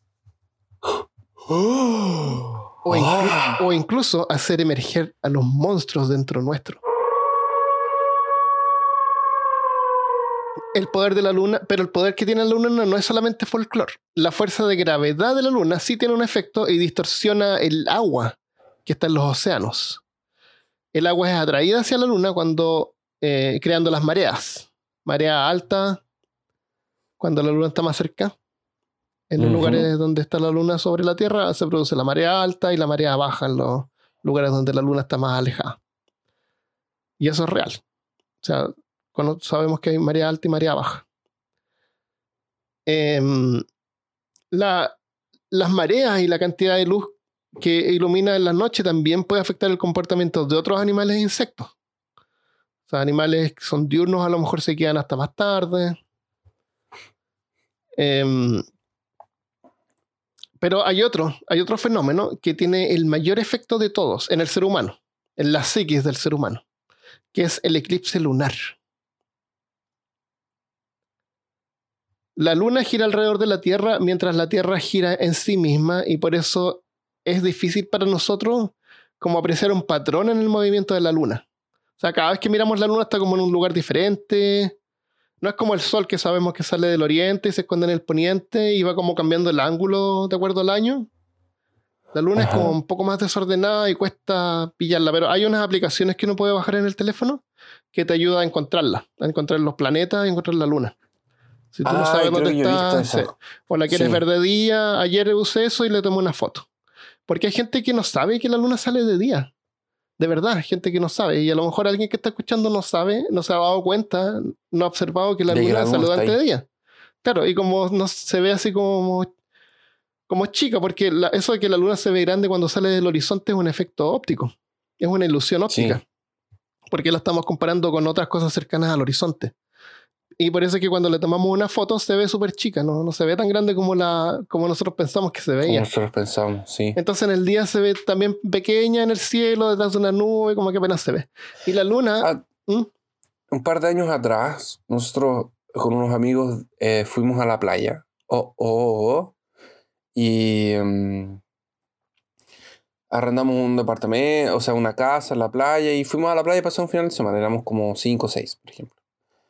O incluso hacer emerger a los monstruos dentro nuestro. El poder de la luna, pero el poder que tiene la luna no es solamente folclore. La fuerza de gravedad de la luna sí tiene un efecto y distorsiona el agua que está en los océanos. El agua es atraída hacia la luna cuando creando las mareas. Marea alta, cuando la luna está más cerca. En los lugares donde está la luna sobre la Tierra se produce la marea alta y la marea baja en los lugares donde la luna está más alejada. Y eso es real. O sea, cuando sabemos que hay marea alta y marea baja. Las mareas y la cantidad de luz que ilumina en la noche también puede afectar el comportamiento de otros animales e insectos. O sea, animales que son diurnos a lo mejor se quedan hasta más tarde. Pero hay otro fenómeno que tiene el mayor efecto de todos en el ser humano, en la psiquis del ser humano, que es el eclipse lunar. La luna gira alrededor de la Tierra mientras la Tierra gira en sí misma y por eso es difícil para nosotros como apreciar un patrón en el movimiento de la luna. O sea, cada vez que miramos la luna está como en un lugar diferente. No es como el sol que sabemos que sale del oriente y se esconde en el poniente y va como cambiando el ángulo de acuerdo al año. La luna es como un poco más desordenada y cuesta pillarla, pero hay unas aplicaciones que uno puede bajar en el teléfono que te ayudan a encontrarla, a encontrar los planetas y encontrar la luna. Si tú no sabes dónde está, o la quieres ver de día, ayer usé eso y le tomé una foto. Porque hay gente que no sabe que la luna sale de día. De verdad, gente que no sabe. Y a lo mejor alguien que está escuchando no sabe, no se ha dado cuenta, no ha observado que la luna sale durante de día. Claro, y como no se ve así como chica, porque eso de que la luna se ve grande cuando sale del horizonte es un efecto óptico. Es una ilusión óptica. Sí. Porque la estamos comparando con otras cosas cercanas al horizonte. Y por eso es que cuando le tomamos una foto se ve súper chica, no se ve tan grande como nosotros pensamos que se veía. Como nosotros pensamos, sí. Entonces en el día se ve también pequeña en el cielo, detrás de una nube, como que apenas se ve. Y la luna... Un par de años atrás, nosotros con unos amigos fuimos a la playa. Y arrendamos un departamento, o sea, una casa en la playa, y fuimos a la playa y pasamos un final de semana. Éramos como 5 o 6, por ejemplo.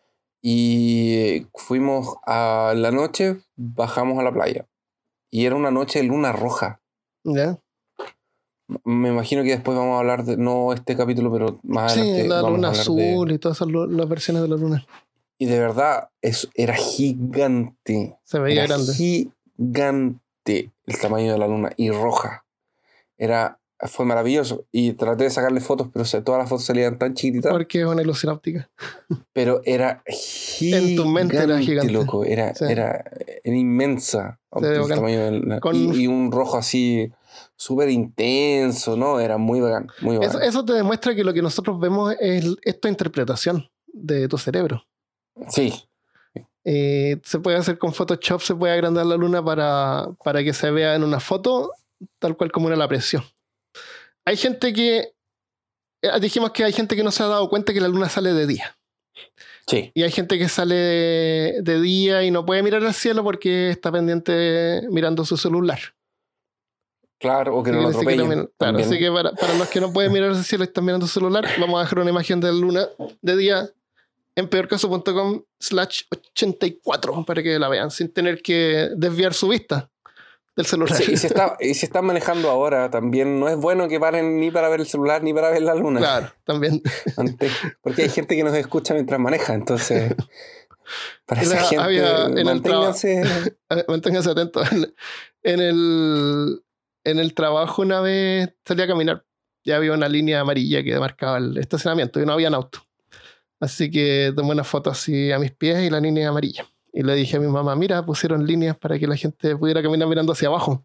Y fuimos a la noche, bajamos a la playa. Y era una noche de luna roja. ¿Ya? Me imagino que después vamos a hablar de, no este capítulo, pero más adelante. Sí, la luna azul y todas las versiones de la luna. Y de verdad, eso era gigante. Se veía grande. Gigante el tamaño de la luna y roja. Fue maravilloso. Y traté de sacarle fotos, pero todas las fotos salían tan chiquititas. Porque es una ilusión óptica. Pero era gigante. En tu mente era gigante. Loco. Era inmensa. El tamaño y un rojo así súper intenso, ¿no? Era muy bacán. Muy bacán. Eso te demuestra que lo que nosotros vemos es tu interpretación de tu cerebro. Sí. Se puede hacer con Photoshop, se puede agrandar la luna para que se vea en una foto tal cual como era la presión. Hay gente que... dijimos que hay gente que no se ha dado cuenta que la luna sale de día. Sí. Y hay gente que sale de día y no puede mirar al cielo porque está pendiente mirando su celular. Claro, o que no lo atropellen. Claro, así que para los que no pueden mirar al cielo y están mirando su celular, vamos a dejar una imagen de la luna de día en peorcaso.com/84 para que la vean sin tener que desviar su vista del celular. Sí, y se está manejando ahora también. No es bueno que paren ni para ver el celular ni para ver la luna. Claro, también. Porque hay gente que nos escucha mientras maneja, entonces para esa gente manténganse atentos. En el trabajo una vez salí a caminar. Ya había una línea amarilla que marcaba el estacionamiento y no había auto. Así que tomé una foto así a mis pies y la línea amarilla. Y le dije a mi mamá, mira, pusieron líneas para que la gente pudiera caminar mirando hacia abajo.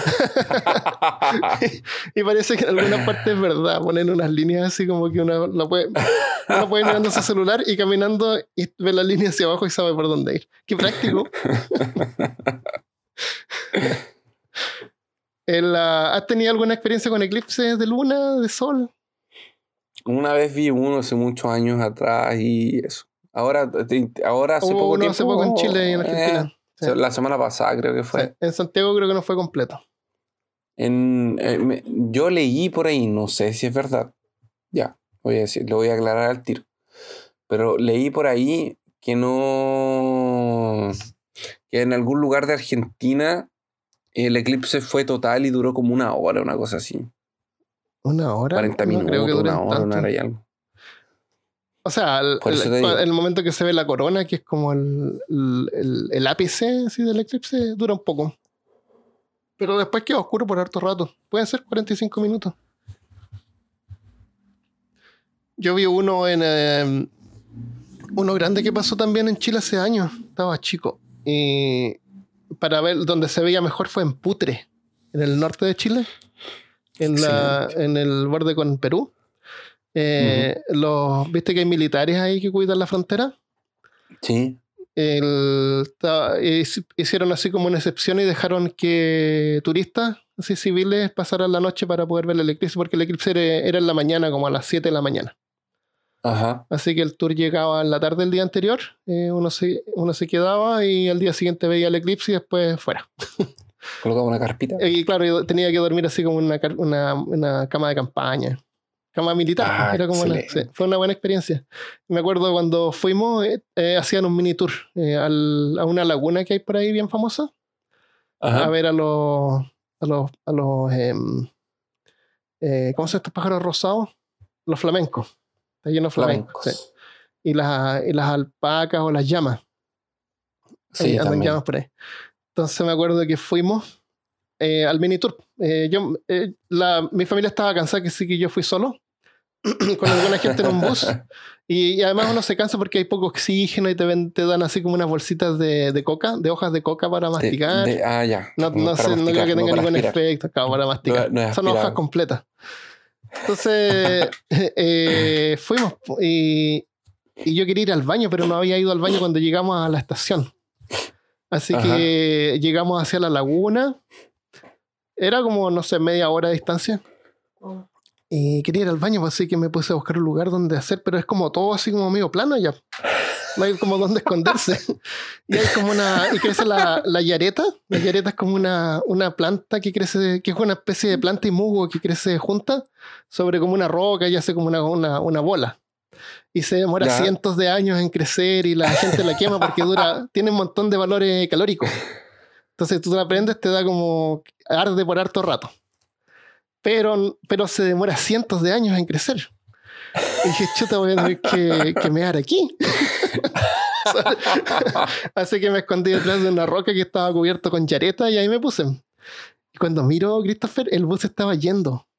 y parece que en algunas partes es verdad. Ponen unas líneas así como que uno puede ir mirando su celular y caminando y ve la línea hacia abajo y sabe por dónde ir. Qué práctico. ¿Has tenido alguna experiencia con eclipses de luna, de sol? Una vez vi uno hace muchos años atrás y eso. Ahora hace poco tiempo. Hace poco en Chile y en Argentina. Sí. La semana pasada creo que fue. Sí. En Santiago creo que no fue completo. Yo leí por ahí, no sé si es verdad. Ya, lo voy a aclarar al tiro. Pero leí por ahí que en algún lugar de Argentina el eclipse fue total y duró como 1 hora, una cosa así. 1 hora. 40 minutos, creo que 1 hora, 1 hora y algo. O sea, el momento que se ve la corona, que es como el ápice así del eclipse, dura un poco. Pero después queda oscuro por harto rato. Pueden ser 45 minutos. Yo vi uno uno grande que pasó también en Chile hace años. Estaba chico. Y para ver donde se veía mejor fue en Putre, en el norte de Chile, en el borde con Perú. ¿Viste que hay militares ahí que cuidan la frontera? Sí. Hicieron así como una excepción y dejaron que turistas así civiles pasaran la noche para poder ver el eclipse, porque el eclipse era en la mañana, como a las 7 de la mañana. Ajá. Así que el tour llegaba en la tarde del día anterior, uno se quedaba y al día siguiente veía el eclipse y después fuera. Colocaba una carpita. Y claro, yo tenía que dormir así como una cama de campaña. Cama militar. Era como fue una buena experiencia. Me acuerdo cuando fuimos, hacían un mini tour a una laguna que hay por ahí bien famosa. Ajá. A ver a los ¿cómo se llaman estos pájaros rosados? Los flamencos. Está lleno de flamencos. Sí. Y las alpacas o las llamas. Sí, andan llamas por ahí. Entonces me acuerdo que fuimos al mini tour. Mi familia estaba cansada que sí que yo fui solo. Con alguna gente en un bus y además uno se cansa porque hay poco oxígeno y te dan así como unas bolsitas de coca, de hojas de coca para masticar. Ya. No creo que tenga ningún efecto para masticar. Son hojas completas. Entonces fuimos y yo quería ir al baño, pero no había ido al baño cuando llegamos a la estación. Así que llegamos hacia la laguna. Era como, no sé, media hora de distancia. Y quería ir al baño, así que me puse a buscar un lugar donde hacer, pero es como todo así como medio plano ya. No hay como donde esconderse. Y hay como y crece la yareta. La yareta es como una planta que crece, que es una especie de planta y musgo que crece junta sobre como una roca y hace como una bola. Y se demora cientos de años en crecer y la gente la quema porque tiene un montón de valores calóricos. Entonces tú la prendes, te da como arde por harto rato. Pero se demora cientos de años en crecer. Y dije, chuta, voy a tener que mear aquí. Así que me escondí detrás de una roca que estaba cubierto con yareta y ahí me puse. Y cuando miro, Christopher, el bus se estaba yendo.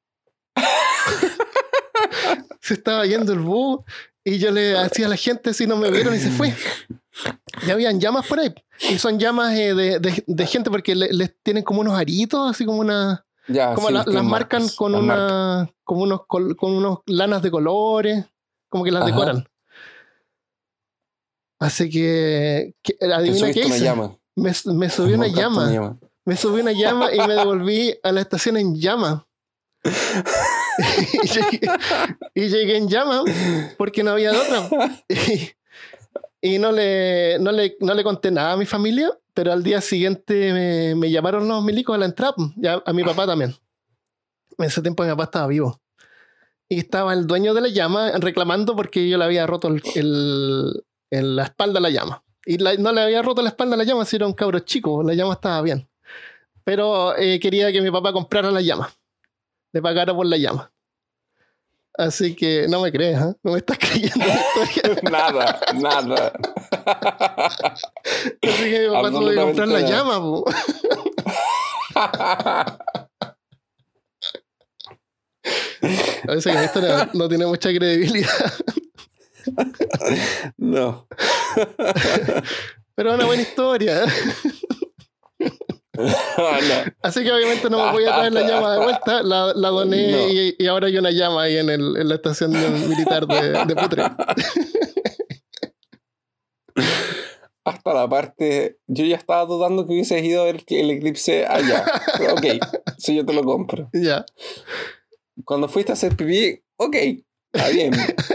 Se estaba yendo el bus y yo le hacía a la gente si no me vieron y se fue. Ya habían llamas por ahí. Y son llamas de gente porque les tienen como unos aritos, así como una... como las marcan con unos lanas de colores, como que las decoran. Así que adivina qué hice. Me subí una llama. Me subí una llama y me devolví a la estación en llama. y llegué en llama porque no había otra. Y no le conté nada a mi familia, pero al día siguiente me llamaron los milicos a la entrada, ya, a mi papá también. En ese tiempo mi papá estaba vivo. Y estaba el dueño de la llama reclamando porque yo le había roto la espalda a la llama. Y no le había roto la espalda a la llama, si era un cabro chico, la llama estaba bien. Pero quería que mi papá comprara la llama, le pagara por la llama. Así que no me crees, ¿eh? No me estás creyendo la historia. Nada. Así que mi papá tuvo que comprar la llama, po. A veces que la historia no tiene mucha credibilidad. No. Pero es una buena historia, ¿eh? No. Así que obviamente no me voy a traer la llama de vuelta. La doné no. y ahora hay una llama ahí en la estación militar de Putre. Hasta la parte... Yo ya estaba dudando que hubieses ido a ver el eclipse allá. Ok, eso yo te lo compro. Ya. Cuando fuiste a hacer pipí, ok, está bien.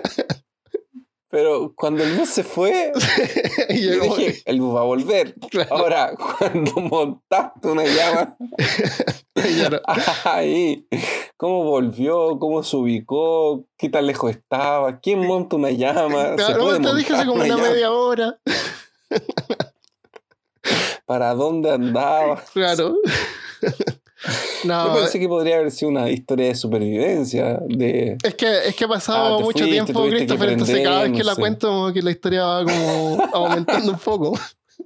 Pero cuando el bus se fue, yo dije, el bus va a volver. Claro. Ahora, cuando montaste una llama, no. ahí, ¿cómo volvió? ¿Cómo se ubicó? ¿Qué tan lejos estaba? ¿Quién monta una llama? Claro, te dije hace como una media hora. ¿Para dónde andaba? Claro. No, yo pensé que podría haber sido una historia de supervivencia. Es que ha pasado mucho tiempo, Christopher, entonces cada vez que la cuento, como que la historia va como aumentando un poco.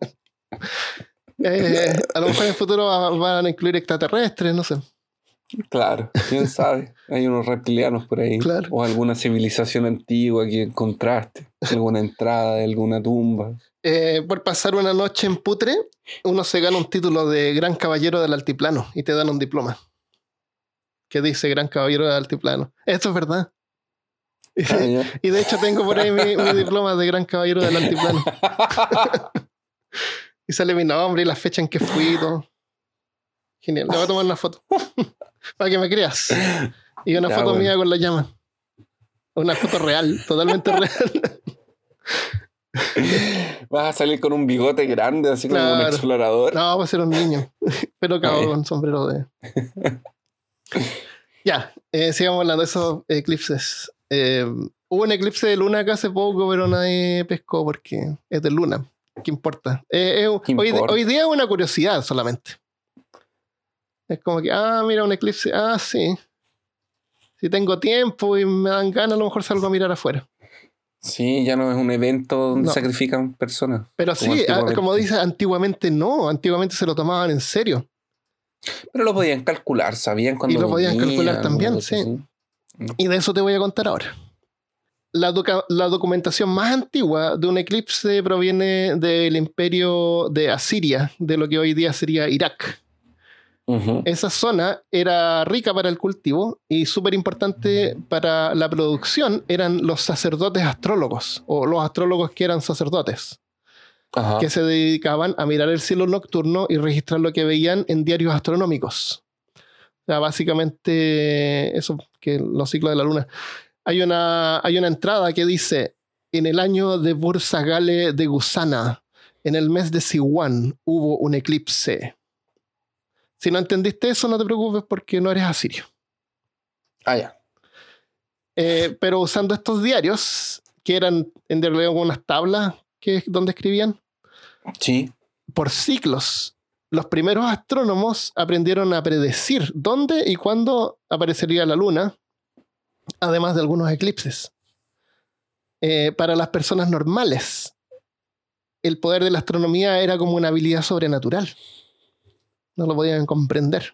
A lo mejor en el futuro van a incluir extraterrestres, no sé. Claro, quién sabe. Hay unos reptilianos por ahí. Claro. O alguna civilización antigua que encontraste. Alguna entrada de alguna tumba. Por pasar una noche en Putre, uno se gana un título de Gran Caballero del Altiplano y te dan un diploma que dice Gran Caballero del Altiplano. Esto es verdad. Y de hecho tengo por ahí mi diploma de Gran Caballero del Altiplano. Y sale mi nombre y la fecha en que fui y todo. Genial. Le voy a tomar una foto para que me creas. Y una foto mía con la llama. Una foto real, totalmente real. Vas a salir con un bigote grande, así como un explorador. No, va a ser un niño. Pero cabrón, con sombrero de... Ya, sigamos hablando de esos eclipses. Hubo un eclipse de luna acá hace poco, pero nadie pescó porque es de luna. ¿Qué importa? Hoy día es una curiosidad solamente. Es como que, mira un eclipse. Sí. Si tengo tiempo y me dan ganas, a lo mejor salgo a mirar afuera. Sí, ya no es un evento donde sacrifican personas. Pero sí, como dices, antiguamente no. Antiguamente se lo tomaban en serio. Pero lo podían calcular, sabían cuándo. Y lo podían calcular también, sí. Y de eso te voy a contar ahora. La documentación más antigua de un eclipse proviene del imperio de Asiria, de lo que hoy día sería Irak. Uh-huh. Esa zona era rica para el cultivo y súper importante para la producción eran los sacerdotes astrólogos, o los astrólogos que eran sacerdotes, uh-huh, que se dedicaban a mirar el cielo nocturno y registrar lo que veían en diarios astronómicos. O sea, básicamente eso, que los ciclos de la luna. Hay una entrada que dice: en el año de Bursagale de Gusana, en el mes de Siwan, hubo un eclipse. Si no entendiste eso, no te preocupes porque no eres asirio. Ya. Pero usando estos diarios, que eran en realidad unas tablas donde escribían, sí, por siglos, los primeros astrónomos aprendieron a predecir dónde y cuándo aparecería la luna, además de algunos eclipses. Para las personas normales, el poder de la astronomía era como una habilidad sobrenatural. No lo podían comprender.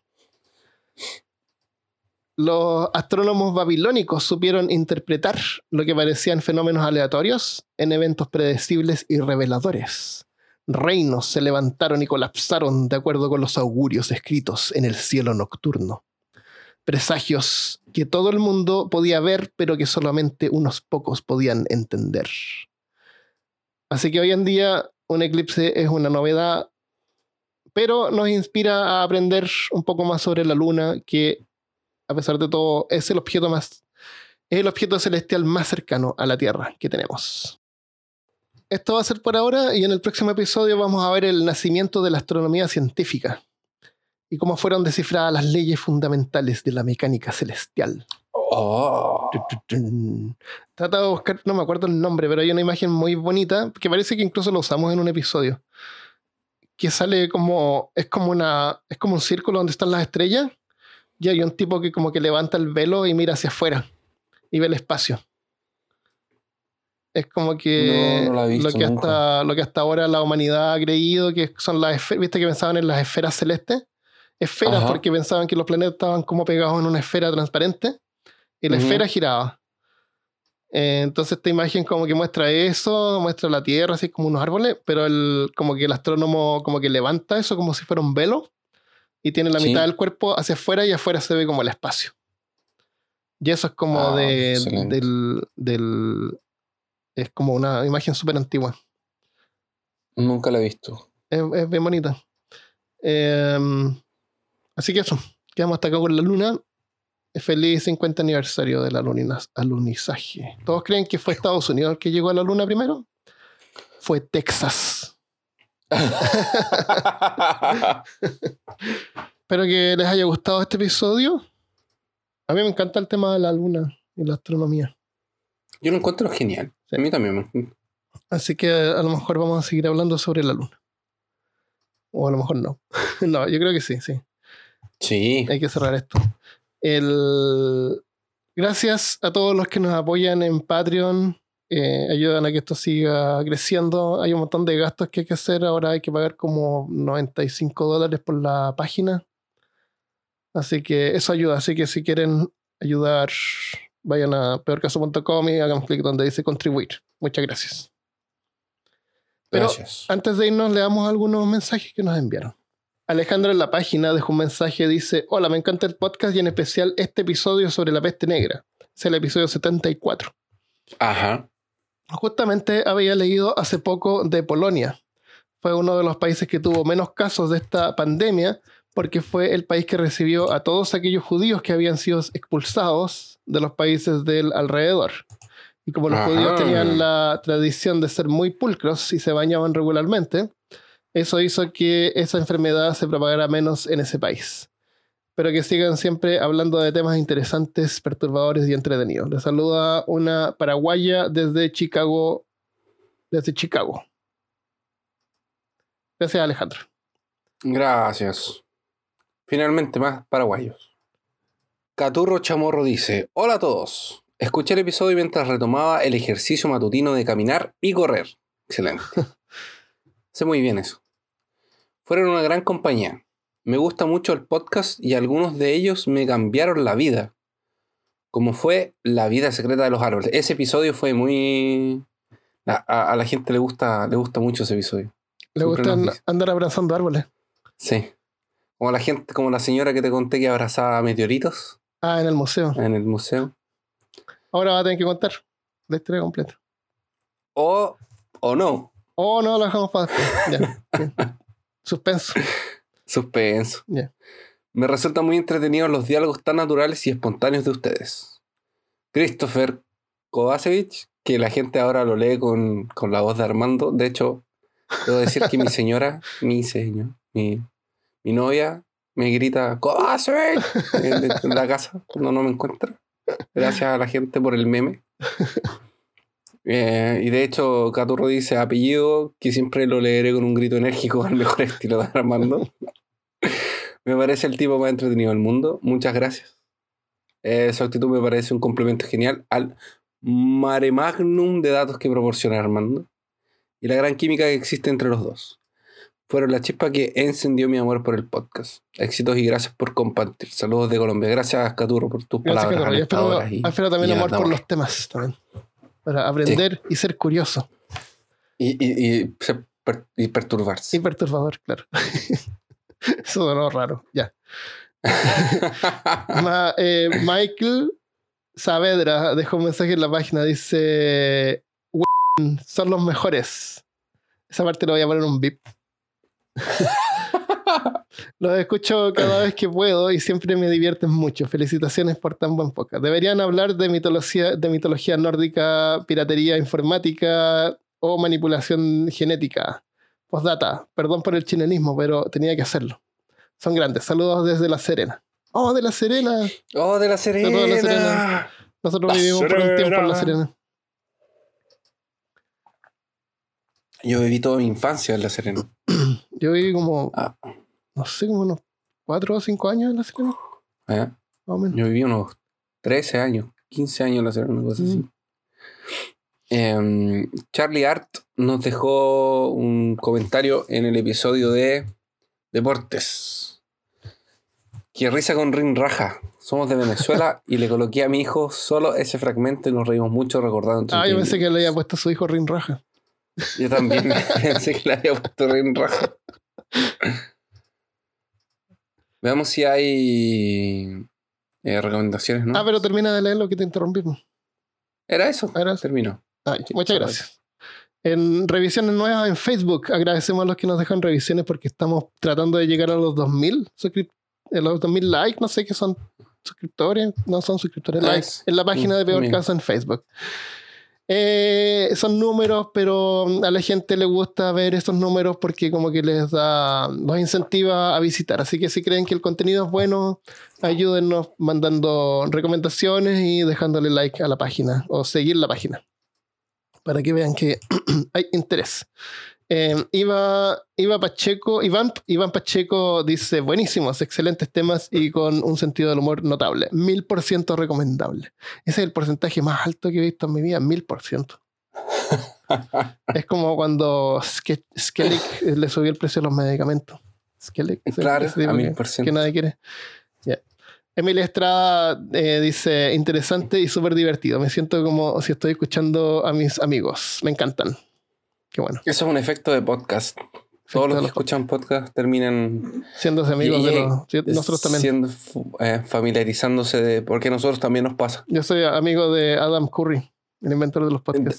Los astrónomos babilónicos supieron interpretar lo que parecían fenómenos aleatorios en eventos predecibles y reveladores. Reinos se levantaron y colapsaron de acuerdo con los augurios escritos en el cielo nocturno. Presagios que todo el mundo podía ver, pero que solamente unos pocos podían entender. Así que hoy en día un eclipse es una novedad, pero nos inspira a aprender un poco más sobre la luna, que a pesar de todo es el objeto celestial más cercano a la Tierra que tenemos. Esto va a ser por ahora, y en el próximo episodio vamos a ver el nacimiento de la astronomía científica y cómo fueron descifradas las leyes fundamentales de la mecánica celestial. Oh. Trata de buscar, no me acuerdo el nombre, pero hay una imagen muy bonita que parece que incluso lo usamos en un episodio, que sale como es como un círculo donde están las estrellas, y hay un tipo que como que levanta el velo y mira hacia afuera y ve el espacio. Es como que no la he visto lo que hasta ahora la humanidad ha creído que son las esferas. ¿Viste que pensaban en las esferas celestes? Esferas. Ajá. Porque pensaban que los planetas estaban como pegados en una esfera transparente y la esfera giraba. Entonces esta imagen como que muestra eso, muestra la Tierra así como unos árboles, pero como que el astrónomo como que levanta eso como si fuera un velo y tiene la mitad del cuerpo hacia afuera y afuera se ve como el espacio. Y eso es como es como una imagen súper antigua. Nunca la he visto. Es bien bonita. Así que eso. Quedamos hasta acá con la luna. Feliz 50 aniversario del alunizaje. ¿Todos creen que fue Estados Unidos el que llegó a la luna primero? Fue Texas. Espero que les haya gustado este episodio. A mí me encanta el tema de la luna y la astronomía. Yo lo encuentro genial. Sí. A mí también me encanta. Así que a lo mejor vamos a seguir hablando sobre la luna. O a lo mejor no. No, yo creo que sí. Sí. Hay que cerrar esto. Gracias a todos los que nos apoyan en Patreon. Ayudan a que esto siga creciendo. Hay un montón de gastos que hay que hacer. Ahora hay que pagar como $95 por la página. Así que eso ayuda. Así que si quieren ayudar, vayan a peorcaso.com y hagan clic donde dice contribuir. Muchas gracias. Pero antes de irnos, leamos algunos mensajes que nos enviaron. Alejandro en la página dejó un mensaje, dice: hola, me encanta el podcast y en especial este episodio sobre la peste negra. Es el episodio 74. Ajá. Justamente había leído hace poco de Polonia. Fue uno de los países que tuvo menos casos de esta pandemia porque fue el país que recibió a todos aquellos judíos que habían sido expulsados de los países del alrededor. Y como los judíos tenían la tradición de ser muy pulcros y se bañaban regularmente, eso hizo que esa enfermedad se propagara menos en ese país. Pero que sigan siempre hablando de temas interesantes, perturbadores y entretenidos. Les saluda una paraguaya desde Chicago. Gracias, Alejandro. Gracias. Finalmente más paraguayos. Caturro Chamorro dice: hola a todos. Escuché el episodio mientras retomaba el ejercicio matutino de caminar y correr. Excelente. Sé muy bien eso. Fueron una gran compañía. Me gusta mucho el podcast y algunos de ellos me cambiaron la vida. Como fue La vida secreta de los árboles. Ese episodio fue muy... A la gente le gusta mucho ese episodio. Le gusta andar abrazando árboles. Sí. Como la gente, como la señora que te conté que abrazaba meteoritos. Ah, en el museo. En el museo. Ahora va a tener que contar la historia completa. O no. O no, lo dejamos para después. Ya. Suspenso. Yeah. Me resultan muy entretenidos los diálogos tan naturales y espontáneos de ustedes. Christopher Kovacevic, que la gente ahora lo lee con la voz de Armando. De hecho, debo decir que mi señora, mi novia me grita Kovacevic en la casa cuando no me encuentra. Gracias a la gente por el meme. Y de hecho Caturro dice apellido, que siempre lo leeré con un grito enérgico al mejor estilo de Armando. Me parece el tipo más entretenido del mundo. Muchas gracias. Su actitud me parece un complemento genial al mare magnum de datos que proporciona Armando y la gran química que existe entre los dos. Fueron la chispa que encendió mi amor por el podcast. Éxitos y gracias por compartir. Saludos de Colombia. Gracias, Caturro, por tus palabras. Espero también amor por los temas también. Para aprender y ser curioso. Y perturbarse. Y perturbador, claro. Eso sonó raro. Ya. Michael Saavedra dejó un mensaje en la página. Dice: son los mejores. Esa parte lo voy a poner un bip. Los escucho cada vez que puedo y siempre me divierten mucho. Felicitaciones por tan buen podcast. Deberían hablar de mitología nórdica, piratería informática o manipulación genética. Postdata, perdón por el chilenismo, pero tenía que hacerlo. Son grandes. Saludos desde La Serena. ¡Oh, de La Serena! ¡Oh, de La Serena! Saludos de La Serena. Nosotros vivimos por un tiempo en La Serena. Yo viví toda mi infancia en La Serena. Yo viví como... No sé, como unos 4 o 5 años en La Serena. Más o menos. Yo viví unos 13 años, 15 años en La Serena, una cosa así. Charlie Art nos dejó un comentario en el episodio de Deportes. Qué risa con Rin Raja. Somos de Venezuela y le coloqué a mi hijo solo ese fragmento y nos reímos mucho recordando. Yo pensé que le había puesto a su hijo Rin Raja. Yo también pensé que le había puesto Rin Raja. Veamos si hay recomendaciones, ¿no? Pero termina de leer lo que te interrumpimos. ¿Era eso? Terminó. Muchas gracias. En revisiones nuevas en Facebook, agradecemos a los que nos dejan revisiones porque estamos tratando de llegar a los 2000 los 2000 likes, no sé qué son suscriptores, no son suscriptores, likes en la página de Peor Caso en Facebook. Son números, pero a la gente le gusta ver estos números porque como que los incentiva a visitar. Así que si creen que el contenido es bueno, ayúdennos mandando recomendaciones y dejándole like a la página o seguir la página para que vean que hay interés. Iván Pacheco dice: buenísimos, excelentes temas y con un sentido del humor notable. 1000% recomendable. Ese es el porcentaje más alto que he visto en mi vida, 1000%. Es como cuando Skellig le subió el precio de los medicamentos. Skellig, claro, a 1000%. Que nadie quiere. Yeah. Emilia Estrada dice: interesante y súper divertido. Me siento como si estoy escuchando a mis amigos. Me encantan. Qué bueno. Eso es un efecto de podcast. Todos los que escuchan podcast terminan siendo amigos de nosotros también. Familiarizándose porque a nosotros también nos pasa. Yo soy amigo de Adam Curry, el inventor de los podcasts.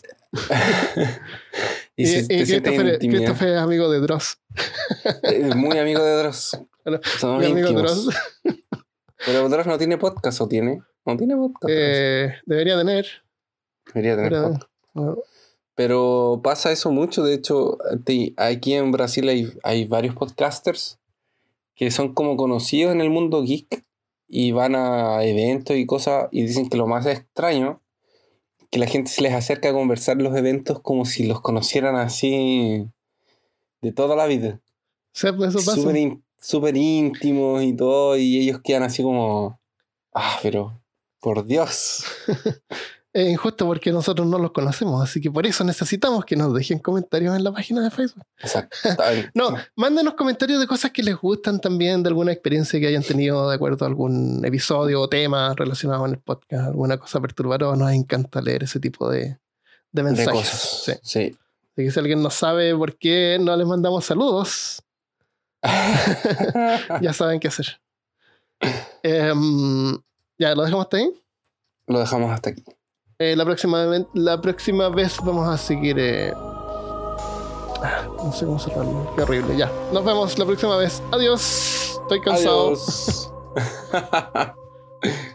y Christopher es amigo de Dross. Muy amigo de Dross. Somos íntimos. Amigo de Dross. Pero Dross no tiene podcast, ¿o tiene? No tiene podcast. Debería tener podcast. No. Pero pasa eso mucho. De hecho, aquí en Brasil hay varios podcasters que son como conocidos en el mundo geek y van a eventos y cosas y dicen que lo más extraño que la gente se les acerca a conversar en los eventos como si los conocieran así de toda la vida. Sí, pues eso pasa. Súper íntimos y todo, y ellos quedan así como... pero... por Dios. Es injusto porque nosotros no los conocemos, así que por eso necesitamos que nos dejen comentarios en la página de Facebook. Exacto. No, mándenos comentarios de cosas que les gustan también, de alguna experiencia que hayan tenido de acuerdo a algún episodio o tema relacionado con el podcast, alguna cosa perturbadora. Nos encanta leer ese tipo de mensajes. De cosas. Sí. Así que si alguien no sabe por qué no les mandamos saludos, ya saben qué hacer. ¿Ya lo dejamos hasta ahí? Lo dejamos hasta aquí. La próxima vez vamos a seguir... no sé cómo cerrarlo. Qué horrible. Ya. Nos vemos la próxima vez. Adiós. Estoy cansado. Adiós.